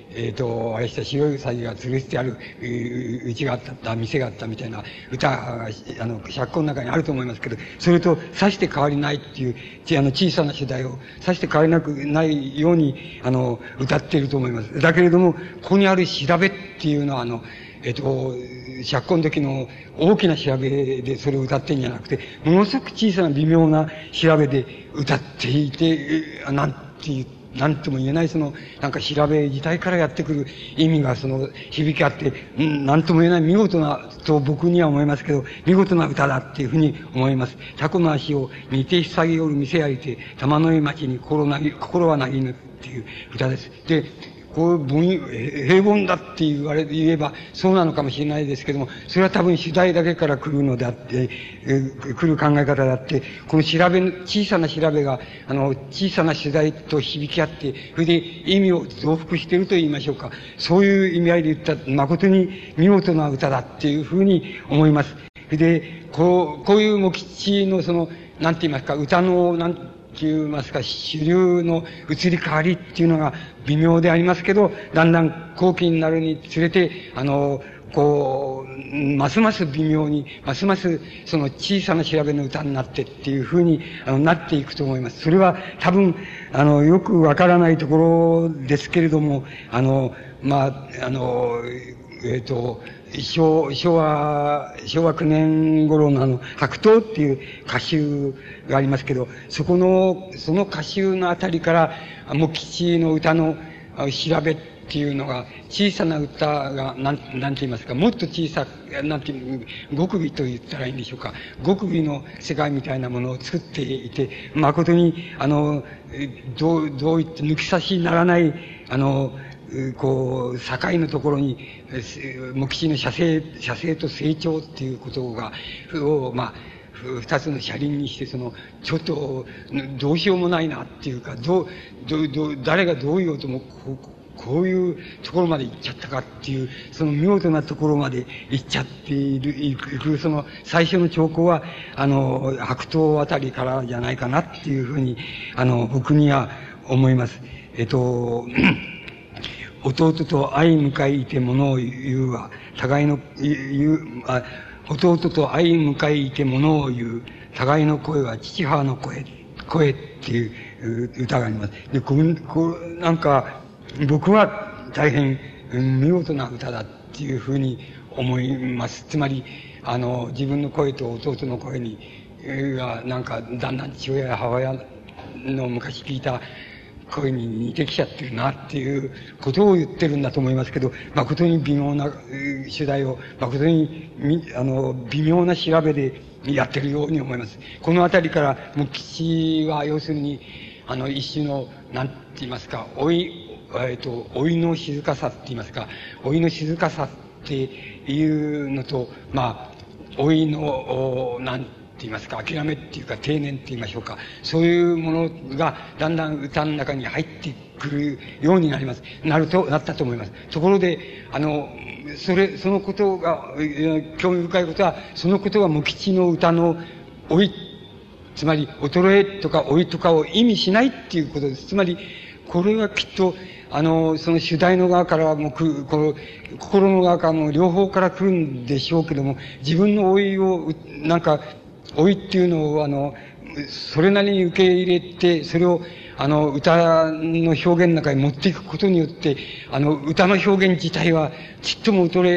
えっと、あれした白いウサギが吊るしてある、うちがあった、店があったみたいな歌が、あの、釈光の中にあると思いますけど、それとさして変わりないっていう、あの、小さな主題をさして変わりなくないように、あの、歌っていると思います。だけれども、ここにある調べっていうのは、あの、えっと、釈光の時の大きな調べでそれを歌ってんじゃなくて、ものすごく小さな微妙な調べで歌っていて、なんていう、なんとも言えないその、なんか調べ自体からやってくる意味がその、響きあって、んなんとも言えない見事な、と僕には思いますけど、見事な歌だっていうふうに思います。タコの足を似て潔おる店ありて、玉の井町に心なぎ、心はなぎぬっていう歌です。で、こう、文、平凡だって言われ、言えばそうなのかもしれないですけども、それは多分主題だけから来るのであって、え来る考え方であって、この調べ、小さな調べが、あの、小さな主題と響き合って、それで意味を増幅していると言いましょうか。そういう意味合いで言った、誠に見事な歌だっていうふうに思います。それで、こう、こういう茂吉のその、なんて言いますか、歌の、なんと言いますか、主流の移り変わりっていうのが微妙でありますけど、だんだん後期になるにつれて、あの、こう、ますます微妙に、ますますその小さな調べの歌になってっていうふうに、あの、なっていくと思います。それは多分、あの、よくわからないところですけれども、あの、まあ、あの、えっと、昭昭和、昭和きゅうねん頃のあの、白桃っていう歌集がありますけど、そこの、その歌集のあたりから、茂吉の歌の調べっていうのが、小さな歌が、なん、なんて言いますか、もっと小さ、なんていう、極微と言ったらいいんでしょうか。極微の世界みたいなものを作っていて、誠に、あの、どう、どう言って抜き差しならない、あの、こう、境のところに、茂吉の写生、写生と成長っていうことが、を、まあ、二つの車輪にして、その、ちょっと、どうしようもないなっていうか、どう、どう、どう、誰がどう言おうとも、こう、こういうところまで行っちゃったかっていう、その見事なところまで行っちゃっている、行く、その最初の兆候は、あの、白桃あたりからじゃないかなっていうふうに、あの、僕には思います。えっと、弟と相迎えいて物を言うは、互いの、言う、あ、弟と相迎えいて物を言う、互いの声は父母の声、声っていう歌があります。で、こう、こうなんか、僕は大変見事な歌だっていうふうに思います。つまり、あの、自分の声と弟の声に、が、なんか、だんだん父親や母親の昔聞いた声に似てきちゃってるなっていうことを言ってるんだと思いますけど、誠に微妙な主題を、誠に、あの、微妙な調べでやってるように思います。このあたりから、茂吉は要するに、あの、一種の、なんて言いますか、老い、えっと、老いの静かさって言いますか、老いの静かさっていうのと、まあ、老いの、なんて言いますか、諦めっていうか定年って言いましょうか、そういうものがだんだん歌の中に入ってくるようになります。なると、なったと思います。ところで、あの、それ、そのことが、興味深いことは、そのことが茂吉の歌の老い、つまり、衰えとか老いとかを意味しないっていうことです。つまり、これはきっと、あの、その主題の側からもく、この、心の側からも両方から来るんでしょうけども、自分の老いを、なんか、老いっていうのを、あの、それなりに受け入れて、それを、あの、歌の表現の中に持っていくことによって、あの、歌の表現自体はちっとも衰えないっ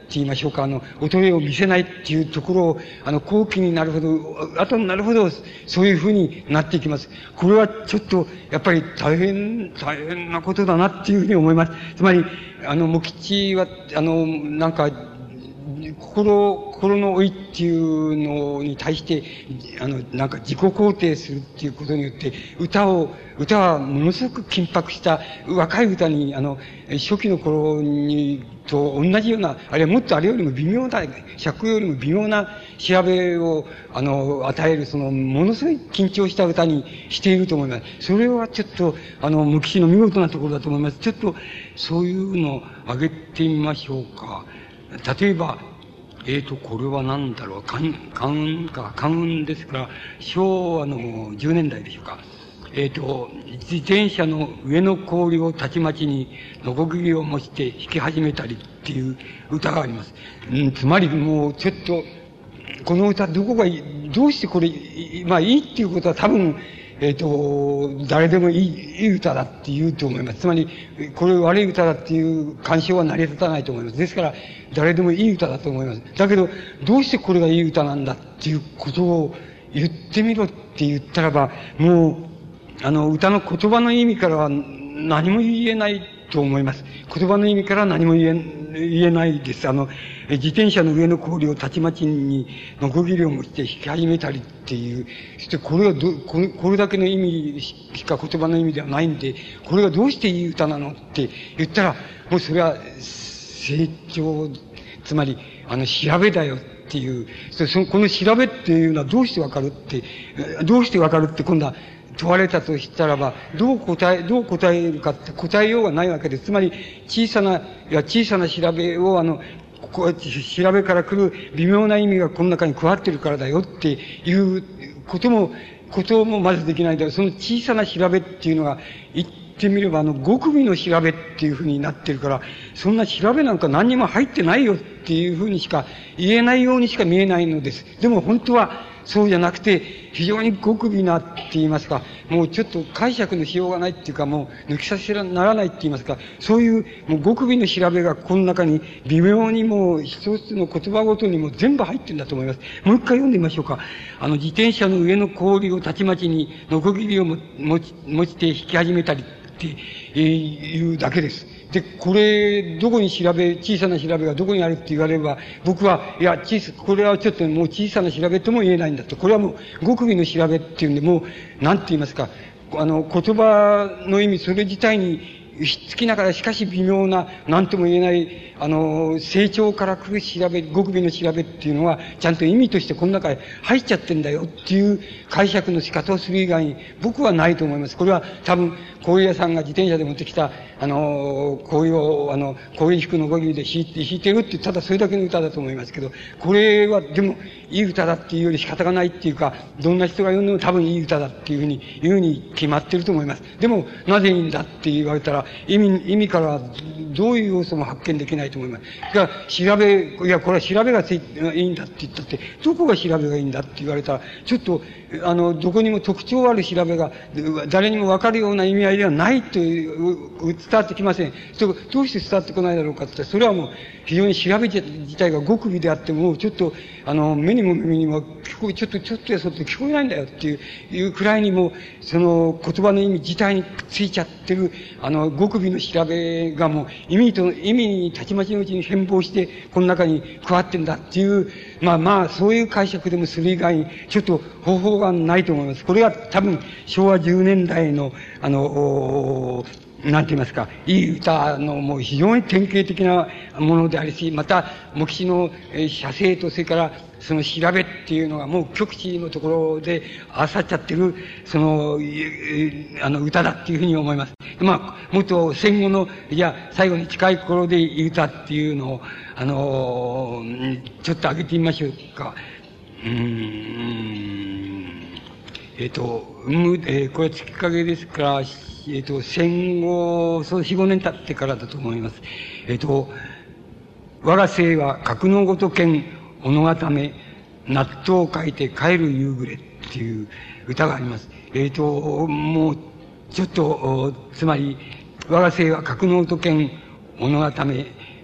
言いましょうか、あの、衰えを見せないっていうところを、あの、後期になるほど、後になるほど、そういうふうになっていきます。これはちょっと、やっぱり大変、大変なことだなっていうふうに思います。つまり、あの、茂吉は、あの、なんか、心、心の老いっていうのに対して、あの、なんか自己肯定するっていうことによって、歌を、歌はものすごく緊迫した若い歌に、あの、初期の頃に、と同じような、あるいはもっとあれよりも微妙な、尺よりも微妙な調べを、あの、与える、その、ものすごい緊張した歌にしていると思います。それはちょっと、あの、無吉の見事なところだと思います。ちょっと、そういうのを挙げてみましょうか。例えば、えーと、これは何だろう、関関か、関運ですから、昭和のじゅうねんだいでしょうか。えーと、自転車の上の氷をたちまちに、のこぎりを持って弾き始めたりっていう歌があります。うん、つまりもうちょっと、この歌どこがいい、どうしてこれ、まあいいっていうことは多分、えっ、と、誰でもいい、いい歌だって言うと思います。つまり、これ悪い歌だっていう干渉は成り立たないと思います。ですから、誰でもいい歌だと思います。だけど、どうしてこれがいい歌なんだっていうことを言ってみろって言ったらば、もう、あの、歌の言葉の意味からは何も言えないと思います。言葉の意味から何も言え、言えないです。あの、自転車の上の氷をたちまちに、のこぎりを持って弾き始めたりっていう、そしてこれはど、これ、これだけの意味しか言葉の意味ではないんで、これがどうしていい歌なのって言ったら、もうそれは成長、つまり、あの、調べだよっていう、その、この調べっていうのはどうしてわかるって、どうしてわかるって今度は、問われたとしたらば、どう答え、どう答えるかって答えようがないわけです。つまり、小さな、いや、小さな調べを、あの、こうやって調べから来る微妙な意味がこの中に加わってるからだよっていうことも、こともまずできないんだよ。その小さな調べっていうのが、言ってみれば、あの、極微の調べっていうふうになってるから、そんな調べなんか何にも入ってないよっていうふうにしか言えないようにしか見えないのです。でも本当は、そうじゃなくて、非常に極微なって言いますか、もうちょっと解釈のしようがないっていうか、もう抜き差しならないって言いますか、そういうもう極微の調べがこの中に微妙にもう一つの言葉ごとにも全部入ってるんだと思います。もう一回読んでみましょうか。あの、自転車の上の氷をたちまちにノコギリを持ち、持ちて引き始めたりっていうだけです。で、これ、どこに調べ、小さな調べがどこにあるって言われれば、僕は、いや、小さ、これはちょっともう小さな調べとも言えないんだと。これはもう、極微の調べっていうんで、もう、なんて言いますか、あの、言葉の意味、それ自体に、ひっつきながら、しかし微妙な、なんとも言えない、あの、成長から来る調べ、極微の調べっていうのは、ちゃんと意味としてこの中へ入っちゃってんだよっていう解釈の仕方をする以外に、僕はないと思います。これは多分、工芸屋さんが自転車で持ってきた、あの、紅葉を、あの、工芸服の語彙で弾いて、弾いてるって、ただそれだけの歌だと思いますけど、これは、でも、いい歌だっていうより仕方がないっていうか、どんな人が読んでも多分いい歌だっていうふうに、言うに決まってると思います。でも、なぜいいんだって言われたら、意味、意味からどういう要素も発見できないと思います。だから、調べ、いや、これは調べがついいいんだって言ったって、どこが調べがいいんだって言われたら、ちょっと、あの、どこにも特徴ある調べが、誰にもわかるような意味合いではないという、伝わってきません。それどうして伝わってこないだろうかって、それはもう、非常に調べ自体が極微であっても、ちょっと、あの、目にも耳にも聞こえ、ちょっと、ちょっとやそっと聞こえないんだよっていう、いうくらいにも、その言葉の意味自体についちゃってる、あの、極微の調べがもう、意味と、意味にたちまちのうちに変貌して、この中に加わってんだっていう、まあまあ、そういう解釈でもする以外に、ちょっと方法がないと思います。これは多分、昭和じゅうねんだいの、あの、なんて言いますか、いい歌のもう非常に典型的なものでありし、また、茂吉の写生と、それから、その調べっていうのがもう極地のところで合わさっちゃってる、その、あの、歌だっていうふうに思います。まあ、もっと戦後の、いや、最後に近い頃でいい歌っていうのを、あの、ちょっと挙げてみましょうか。うーん。えっ、と、む、えー、これ月影ですから、えっ、と、戦後、そう、四五年経ってからだと思います。えっ、と、我が生は格納ごと剣、小野固め、納豆を書いて帰る夕暮れっていう歌があります。えっ、と、もう、ちょっと、つまり、我が生は格納と剣、小野固め、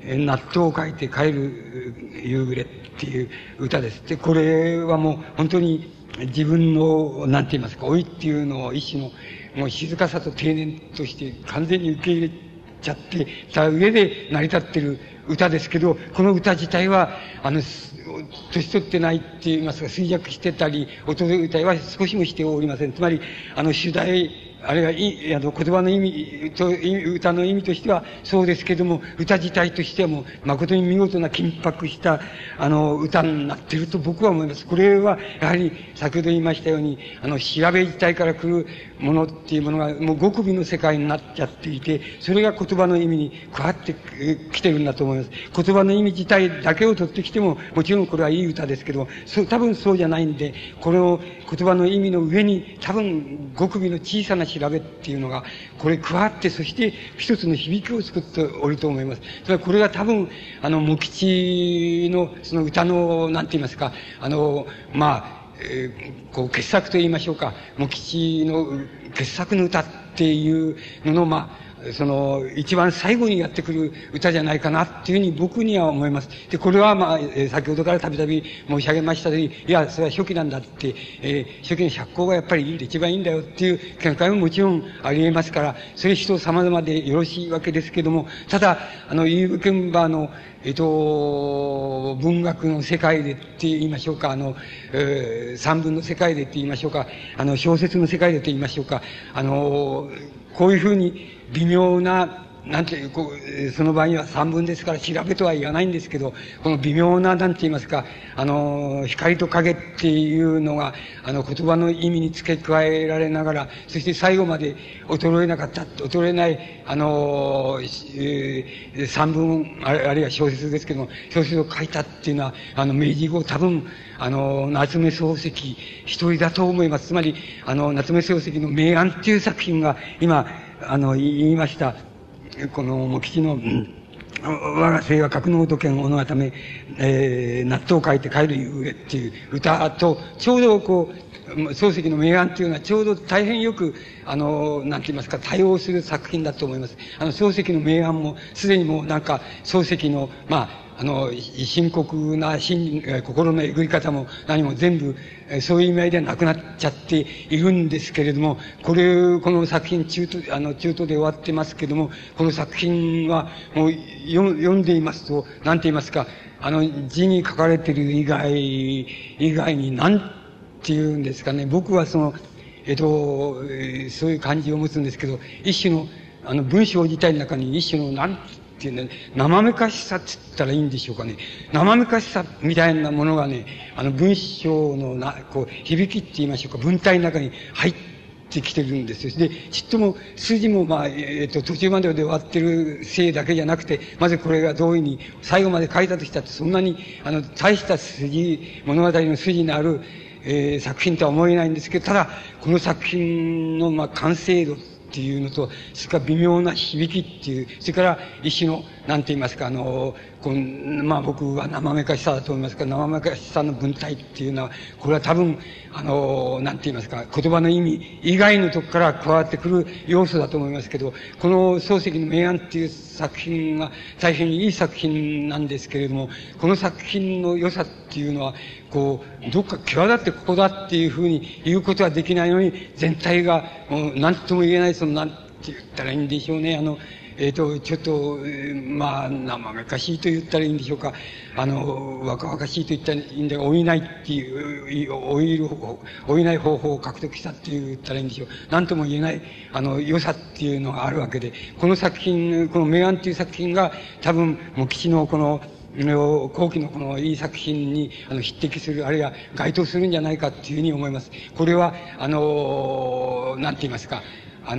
納豆を書いて帰る夕暮れっていう歌です。で、これはもう本当に自分の、なんて言いますか、老いっていうのを一種の、もう静かさと定年として完全に受け入れちゃってた上で成り立ってる歌ですけど、この歌自体は、あの、年取ってないって言いますか、衰弱してたり、音歌いは少しもしておりません。つまり、あの、主題、あるいは、い、あの、言葉の意味と、歌の意味としてはそうですけども、歌自体としてはもう、誠に見事な緊迫した、あの、歌になっていると僕は思います。これは、やはり、先ほど言いましたように、あの、調べ自体から来るものっていうものが、もう極微の世界になっちゃっていて、それが言葉の意味に加わってきてるんだと思います。言葉の意味自体だけを取ってきても、もちろんこれはいい歌ですけども、そう、多分そうじゃないんで、この言葉の意味の上に、多分、極微の小さな調べっていうのが、これ加わって、そして一つの響きを作っておると思います。それはこれが多分、あの、茂吉の、その歌の、なんて言いますか、あの、まあ、えー、こう、傑作と言いましょうか、茂吉の傑作の歌っていうのの、まあ、その、一番最後にやってくる歌じゃないかなっていうふうに僕には思います。で、これはまあ、えー、先ほどからたびたび申し上げましたように、いや、それは初期なんだって、えー、初期の釈光がやっぱり一番いいんだよっていう見解ももちろんあり得ますから、それ人様々でよろしいわけですけども、ただ、あの、イーブ・ケンバーの、えっと、文学の世界でって言いましょうか、あの、えー、散文の世界でって言いましょうか、あの、小説の世界でと言いましょうか、あの、こういうふうに微妙な、なんていう、こう、その場合には散文ですから調べとは言わないんですけど、この微妙な、なんて言いますか、あの、光と影っていうのが、あの、言葉の意味に付け加えられながら、そして最後まで衰えなかった、衰えない、あの、えー、散文、あるいは小説ですけども、小説を書いたっていうのは、あの、明治以後多分、あの、夏目漱石一人だと思います。つまり、あの、夏目漱石の明暗っていう作品が、今、あの、言いました、この、茂吉の、我が生は格納と剣をのため、えー、納豆を書いて帰る夕暮れっていう歌と、ちょうどこう、漱石の明暗っていうのはちょうど大変よく、あの、なんて言いますか、対応する作品だと思います。あの、漱石の明暗も、すでにもうなんか、漱石の、まあ、あの、深刻な心、心のえぐり方も何も全部、そういう意味合いではなくなっちゃっているんですけれども、これ、この作品中途、あの、中途で終わってますけども、この作品はもう読んでいますと、なんて言いますか、あの、字に書かれている以外、以外になんて言うんですかね、僕はその、えっと、そういう感じを持つんですけど、一種の、あの、文章自体の中に一種の、なんっていうね、生めかしさって言ったらいいんでしょうかね。生めかしさみたいなものがね、あの文章のな、こう、響きって言いましょうか、文体の中に入ってきてるんですよ。で、ちっとも、数字もまあ、えっと、途中までで終わってるせいだけじゃなくて、まずこれがどういうふうに、最後まで書いたとしたって、そんなに、あの、大した筋、物語の筋のある、えー、作品とは思えないんですけど、ただ、この作品の、まあ、完成度、っていうのと、それから微妙な響きっていう、それから一種の、なんて言いますか、あの、こうまあ僕は生めかしさだと思いますが、生めかしさの文体っていうのは、これは多分、あの、なんて言いますか、言葉の意味以外のとこから加わってくる要素だと思いますけど、この漱石の明暗っていう作品が大変いい作品なんですけれども、この作品の良さっていうのは、こう、どっか際立ってここだっていうふうに言うことはできないのに、全体が、もう何とも言えない、その、なんて言ったらいいんでしょうね、あの、えっと、ちょっと、まあ、生めかしいと言ったらいいんでしょうか。あの、若々しいと言ったらいいんだが、老いないっていう、老いる、老いない方法を獲得したって言ったらいいんでしょう。何とも言えない、あの、良さっていうのがあるわけで、この作品、この明暗っていう作品が、多分、茂吉のこの、後期のこのいい作品にあの匹敵する、あるいは該当するんじゃないかっていうふうに思います。これは、あの、なんて言いますか、あ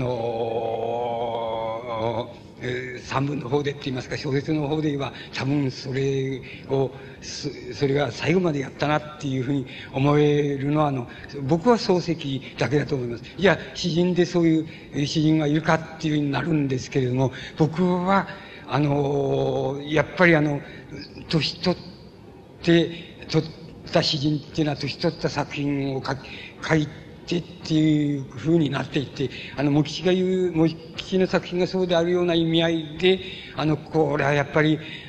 の、えー、散文の方でって言いますか、小説の方で言えば、多分それを、それが最後までやったなっていうふうに思えるのは、あの、僕は漱石だけだと思います。いや、詩人でそういう詩人がいるかっていうふうになるんですけれども、僕は、あの、やっぱりあの、年取って、取った詩人っていうのは年取った作品を書書いてっていう風になっていって、あの、茂吉が言う、茂吉の作品がそうであるような意味合いで、あの、これはやっぱり、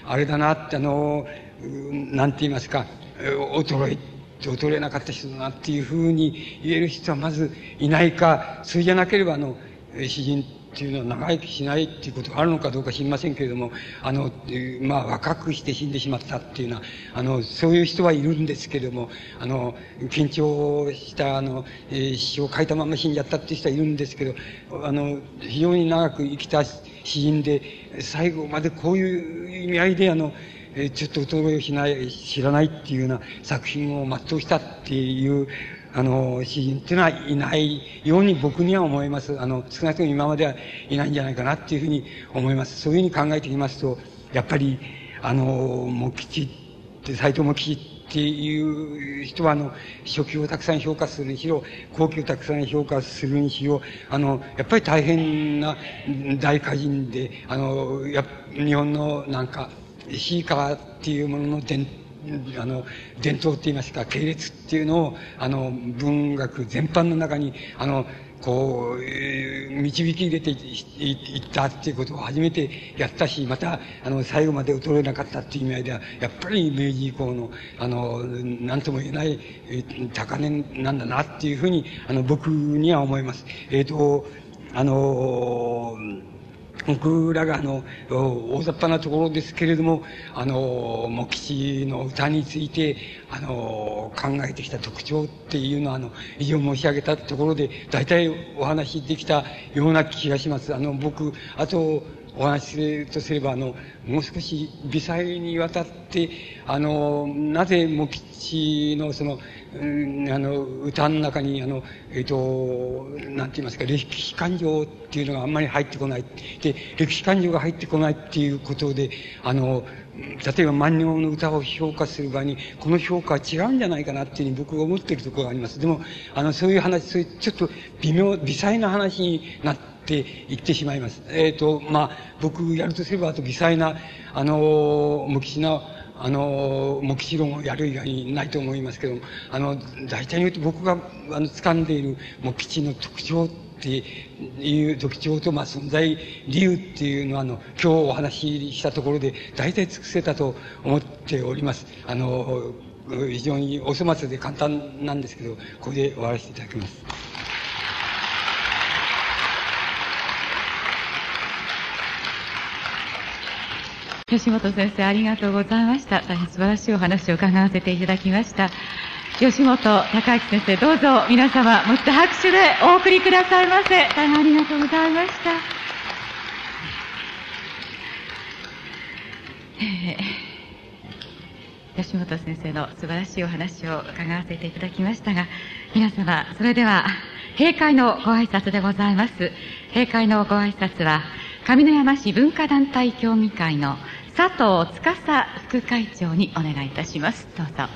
あれだなって、あの、なんて言いますか、衰え、衰えなかった人だなっていうふうに言える人はまずいないか、それじゃなければ、あの、詩人っていうのは長生きしないっていうことがあるのかどうか知りませんけれども、あの、まあ、若くして死んでしまったっていうのは、あの、そういう人はいるんですけれども、あの、緊張した、あの、えー、詩を書いたまま死んじゃったっていう人はいるんですけど、あの、非常に長く生きた詩人で、最後までこういう意味合いで、あの、えー、ちょっと衰えをしない、知らないっていうような作品を全うしたっていう、あの、詩人っていうのはいないように僕には思います。あの、少なくとも今まではいないんじゃないかなっていうふうに思います。そういうふうに考えてきますと、やっぱり、あの、茂吉って、斎藤茂吉っていう人は、あの、初級をたくさん評価するにしろ、後級をたくさん評価するにしろ、あの、やっぱり大変な大歌人で、あの、や日本のなんか、詩歌っていうものの伝あの、伝統って言いますか、系列っていうのを、あの、文学全般の中に、あの、こう、えー、導き入れていったっていうことを初めてやったし、また、あの、最後まで衰えなかったっていう意味合いでは、やっぱり明治以降の、あの、なんとも言えない、えー、高値なんだなっていうふうに、あの、僕には思います。えっと、あのー、僕らがあの、大雑把なところですけれども、あの、茂吉の歌について、あの、考えてきた特徴っていうのは、あの、以上申し上げたところで、大体お話できたような気がします。あの、僕、あと、お話しするとすれば、あの、もう少し微細にわたって、あの、なぜ茂吉のその、うん、あの、歌の中に、あの、えっと、なんて言いますか、歴史感情っていうのがあんまり入ってこない。で、歴史感情が入ってこないっていうことで、あの、例えば万葉の歌を評価する場合に、この評価は違うんじゃないかなっていうふうに僕が思っているところがあります。でも、あの、そういう話、そういうちょっと微妙、微細な話になって、って言ってしまいます。えっと、まあ、僕やるとすれば、あと微細な、あの、無機質な、あの、目視論をやる以外にないと思いますけども、あの、大体によって僕が、あの、掴んでいる目視の特徴っていう特徴と、まあ、存在理由っていうのは、あの、今日お話ししたところで、大体尽くせたと思っております。あの、非常にお粗末で簡単なんですけど、これで終わらせていただきます。 吉本先生、ありがとうございました。大変素晴らしいお話を伺わせていただきました。吉本隆明先生、どうぞ皆様、もっと拍手でお送りくださいませ。大変ありがとうございました。えー、吉本先生の素晴らしいお話を伺わせていただきましたが、皆様、それでは閉会のご挨拶でございます。閉会のご挨拶は、上山市文化団体協議会の佐藤司副会長にお願いいたします。どうぞ。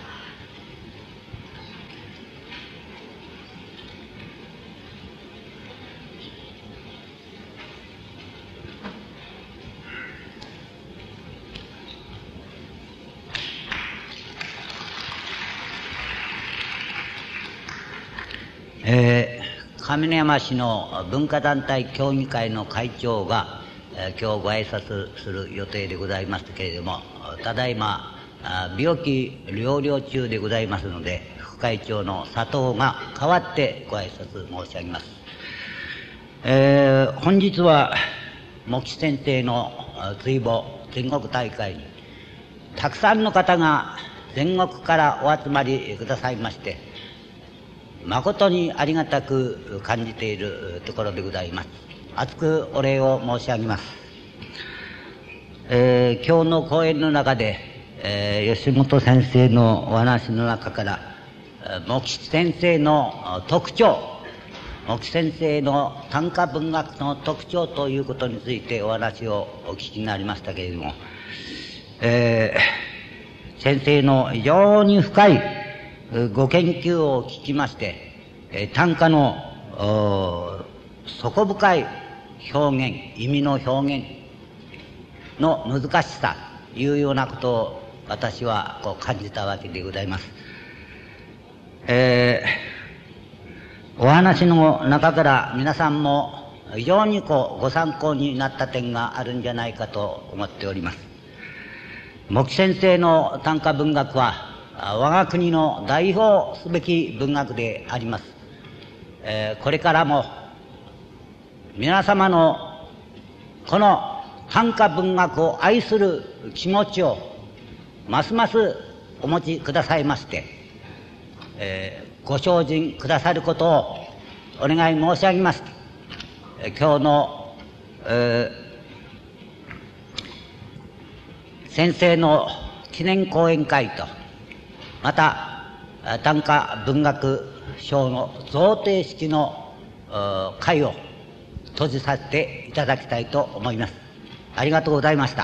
えー、上山市の文化団体協議会の会長が、えー、今日ご挨拶する予定でございますけれども、ただいま病気療養中でございますので、副会長の佐藤が代わってご挨拶申し上げます。えー、本日は茂吉先生の追悼全国大会にたくさんの方が全国からお集まりくださいまして、誠にありがたく感じているところでございます。厚くお礼を申し上げます。えー、今日の講演の中で、えー、吉本先生のお話の中から茂吉先生の特徴、茂吉先生の短歌文学の特徴ということについてお話をお聞きになりましたけれども、えー、先生の非常に深いご研究を聞きまして、短歌の底深い表現、意味の表現の難しさというようなことを私はこう感じたわけでございます。えー、お話の中から皆さんも非常にこうご参考になった点があるんじゃないかと思っております。 茂木先生の短歌文学は我が国の代表すべき文学であります。えー、これからも皆様のこの短歌文学を愛する気持ちをますますお持ちくださいまして、えー、ご精進くださることをお願い申し上げます。えー、今日の、えー、先生の記念講演会と、また短歌文学賞の贈呈式の会を閉じさせていただきたいと思います。ありがとうございました。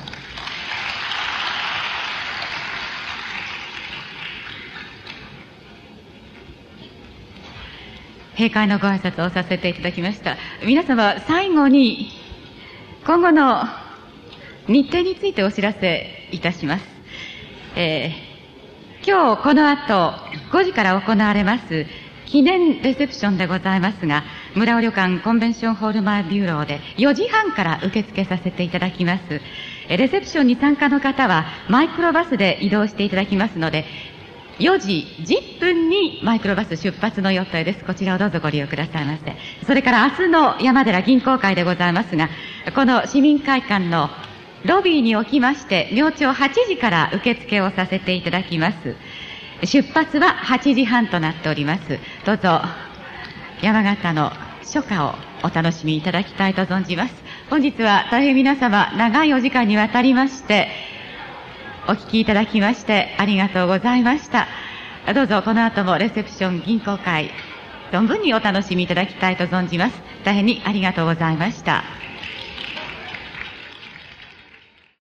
閉会のご挨拶をさせていただきました。皆様、最後に今後の日程についてお知らせいたします。えー、今日この後ごじから行われます記念レセプションでございますが、村尾旅館コンベンションホール前ビューローでよじはんから受け付けさせていただきます。レセプションに参加の方はマイクロバスで移動していただきますので、よじじゅっぷんにマイクロバス出発の予定です。こちらをどうぞご利用くださいませ。それから明日の山寺銀行会でございますが、この市民会館のロビーにおきまして明朝はちじから受付をさせていただきます。出発ははちじはんとなっております。どうぞ山形の初夏をお楽しみいただきたいと存じます。本日は大変皆様長いお時間にわたりましてお聞きいただきましてありがとうございました。どうぞこの後もレセプション銀行会存分にお楽しみいただきたいと存じます。大変にありがとうございました。